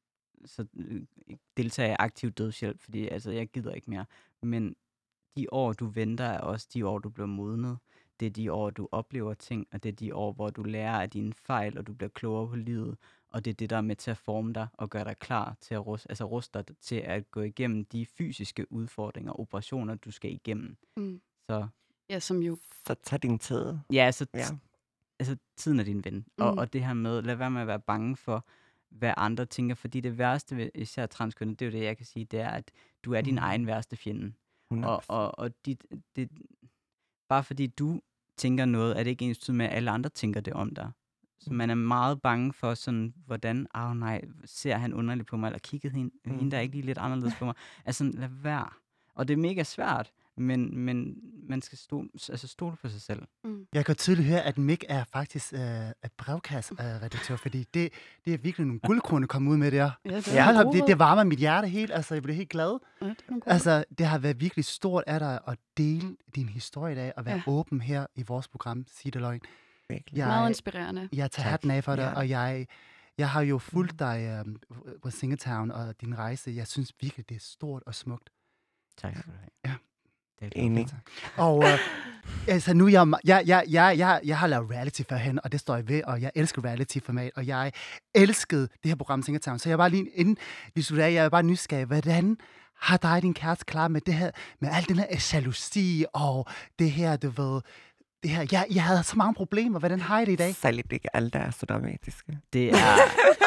så øh, deltager jeg aktivt dødshjælp, fordi altså, jeg gider ikke mere. Men de år, du venter, er også de år, du bliver modnet. Det er de år, du oplever ting, og det er de år, hvor du lærer af dine fejl, og du bliver klogere på livet. Og det er det, der er med til at forme dig og gøre dig klar til at ruste, altså ruste dig til at gå igennem de fysiske udfordringer, operationer, du skal igennem. Mm. Så Ja, som jo... Så tag din tid. ja, altså, Ja. altså tiden er din ven. Og, Mm. og det her med, lad være med at være bange for, hvad andre tænker, fordi det værste ved især transkønnet, det er jo det, jeg kan sige, det er, at du er din Mm. egen værste fjende. hundrede Og, procent. og, og dit, det, bare fordi du tænker noget, er det ikke ens med, at alle andre tænker det om dig. Så man er meget bange for sådan, hvordan, åh oh, nej, ser han underligt på mig, eller kiggede hende, mm. hende der er ikke lige lidt anderledes på mig. Altså, lad være. Og det er mega svært, men, men man skal stole, altså stole på sig selv. Mm. Jeg kan tydeligt høre, at Mick er faktisk øh, et brevkasse-redaktør, fordi det, det er virkelig nogle guldkorn, at komme ud med det her. Ja, det, Ja, er Hold nogle op, gode det, det varmer mit hjerte helt. Altså, jeg bliver helt glad. råd. Ja, det er nogle gode Altså, det har været virkelig stort af dig at dele din historie i dag, og være Ja. åben her i vores program, Sig det løgn. Virkelig. Jeg, Meget inspirerende. jeg tager Tak. hatten af for dig, Ja. og jeg, jeg har jo fulgt dig øh, på Singatown og din rejse. Jeg synes virkelig, det er stort og smukt. Tak skal du have. Ja. Det er jeg glad Enig. for. Og øh, altså nu, jeg, jeg, jeg, jeg, jeg, jeg har lavet reality førhen, og det står jeg ved, og jeg elsker reality-format, og jeg elskede det her program Singatown. Så jeg var lige inden, hvis du er, jeg er bare nysgerrig, hvordan har dig og din kæreste klar med det her, med al den her jalousi, og det her, du ved, det her, jeg, jeg havde så mange problemer, hvordan har I det i dag? Særligt ikke alt, der er så dramatiske. Det er,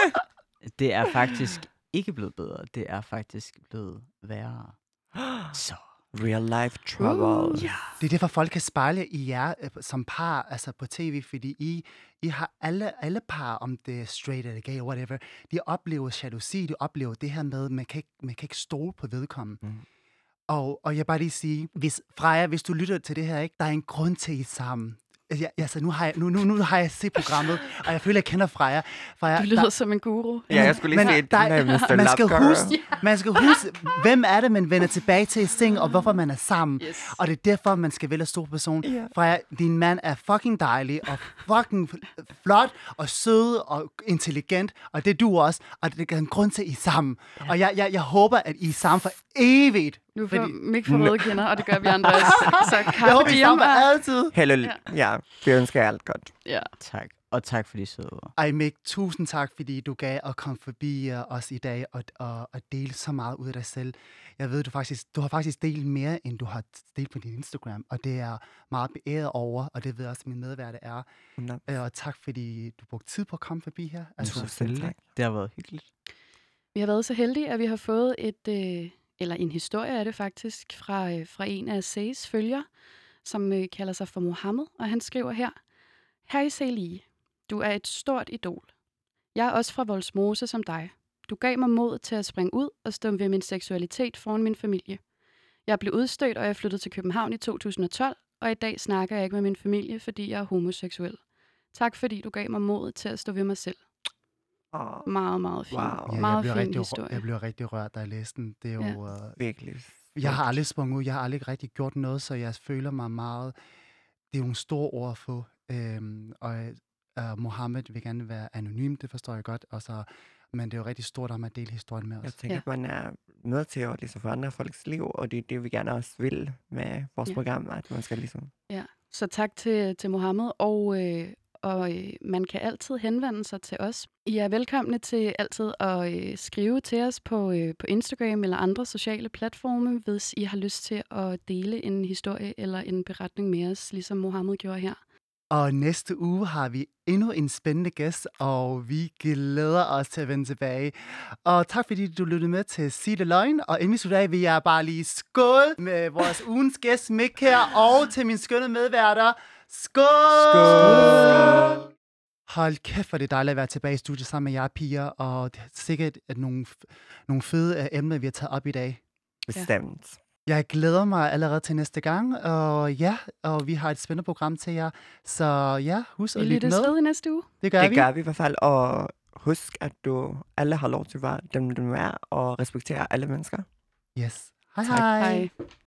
det er faktisk ikke blevet bedre. Det er faktisk blevet værre. Så. Real life trouble. Uh, Ja. Det er derfor, folk kan spejle i jer øh, som par, altså på tv, fordi I, I har alle, alle par, om det er straight eller gay, whatever, de oplever jalousi, de oplever det her med, man kan ikke, man kan ikke stole på vedkommende. Mm. Og, og jeg vil bare lige sige, hvis, Freja, hvis du lytter til det her, ikke, der er en grund til, at I er sammen. Ja, altså, nu har, jeg, nu, nu, nu har jeg set programmet, og jeg føler, jeg kender Freja. Freja Du lyder som en guru. Ja, jeg skulle lige Men sige, at der- hun er mister man skal Love Girl. huske, man skal huske, hvem er det, man vender tilbage til i seng, og hvorfor man er sammen. Yes. Og det er derfor, man skal vælge stor person. Ja. Freja, din mand er fucking dejlig, og fucking flot, og sød, og intelligent, og det er du også, og det er en grund til, at I er sammen. Og jeg, jeg, jeg håber, at I er sammen for evigt. Nu får Fordi- Mick for røde kinder, og det gør vi andre også. Så Jeg carpe håber, I er diem. sammen for og- altid. Held og Ja. ly- ja, vi ønsker jer alt godt. Ja. Tak. Og tak for de søde ord. Ej, Mick, tusind tak, fordi du gav at komme forbi uh, os i dag og, og, og dele så meget ud af dig selv. Jeg ved, du faktisk du har faktisk delt mere, end du har delt på din Instagram, og det er meget beæret over, og det ved jeg også, at min medværte er. hundrede Uh, og tak, fordi du brugte tid på at komme forbi her. Altså, Tusind tak. Det har været hyggeligt. Vi har været så heldige, at vi har fået et, øh, eller en historie er det faktisk, fra, øh, fra en af Says følger, som øh, kalder sig for Mohammed, og han skriver her: Hej Celie, du er et stort idol. Jeg er også fra Vollsmose som dig. Du gav mig mod til at springe ud og stå ved min seksualitet foran min familie. Jeg blev udstødt, og jeg flyttede til København i to tusind og tolv, og i dag snakker jeg ikke med min familie, fordi jeg er homoseksuel. Tak fordi du gav mig mod til at stå ved mig selv. Åh, Meget, meget fint. Wow. ja, jeg, meget blev fin rigtig, historie. jeg blev rigtig rørt, da jeg læste den. Det er jo, Ja. uh, virkelig. jeg har aldrig sprunget ud, jeg har aldrig rigtig gjort noget, så jeg føler mig meget... Det er jo en stor ord at få, øhm, og uh, Mohammed vil gerne være anonym, det forstår jeg godt, og så, men det er jo rigtig stort om at dele historien med os. Jeg tænker, Ja. at man er med til at ligesom forandre folks liv, og det er det, vi gerne også vil med vores Ja. program, at man skal ligesom... Ja, så tak til, til Mohammed, og, øh, og øh, man kan altid henvende sig til os. I er velkomne til altid at øh, skrive til os på, øh, på Instagram eller andre sociale platforme, hvis I har lyst til at dele en historie eller en beretning med os, ligesom Mohammed gjorde her. Og næste uge har vi endnu en spændende gæst, og vi glæder os til at vende tilbage. Og tak fordi du lyttede med til Sig det løgn, og inden vi slutter af, vil jeg bare lige skål med vores ugens gæst Mick her, og til mine skønne medværter. Skål! Skål! Hold kæft, hvor det er dejligt at være tilbage i studiet sammen med jer piger, og det er sikkert at nogle, nogle fede uh, emner, vi har taget op i dag. Bestemt. Jeg glæder mig allerede til næste gang, og ja, og vi har et spændende program til jer. Så ja, husk Vi at lytte lyttes med. ved i næste uge. Det gør Det vi. gør vi i hvert fald, og husk, at du alle har lov til at være dem, du er, og respektere alle mennesker. Yes. Hej Tak. hej. Hej.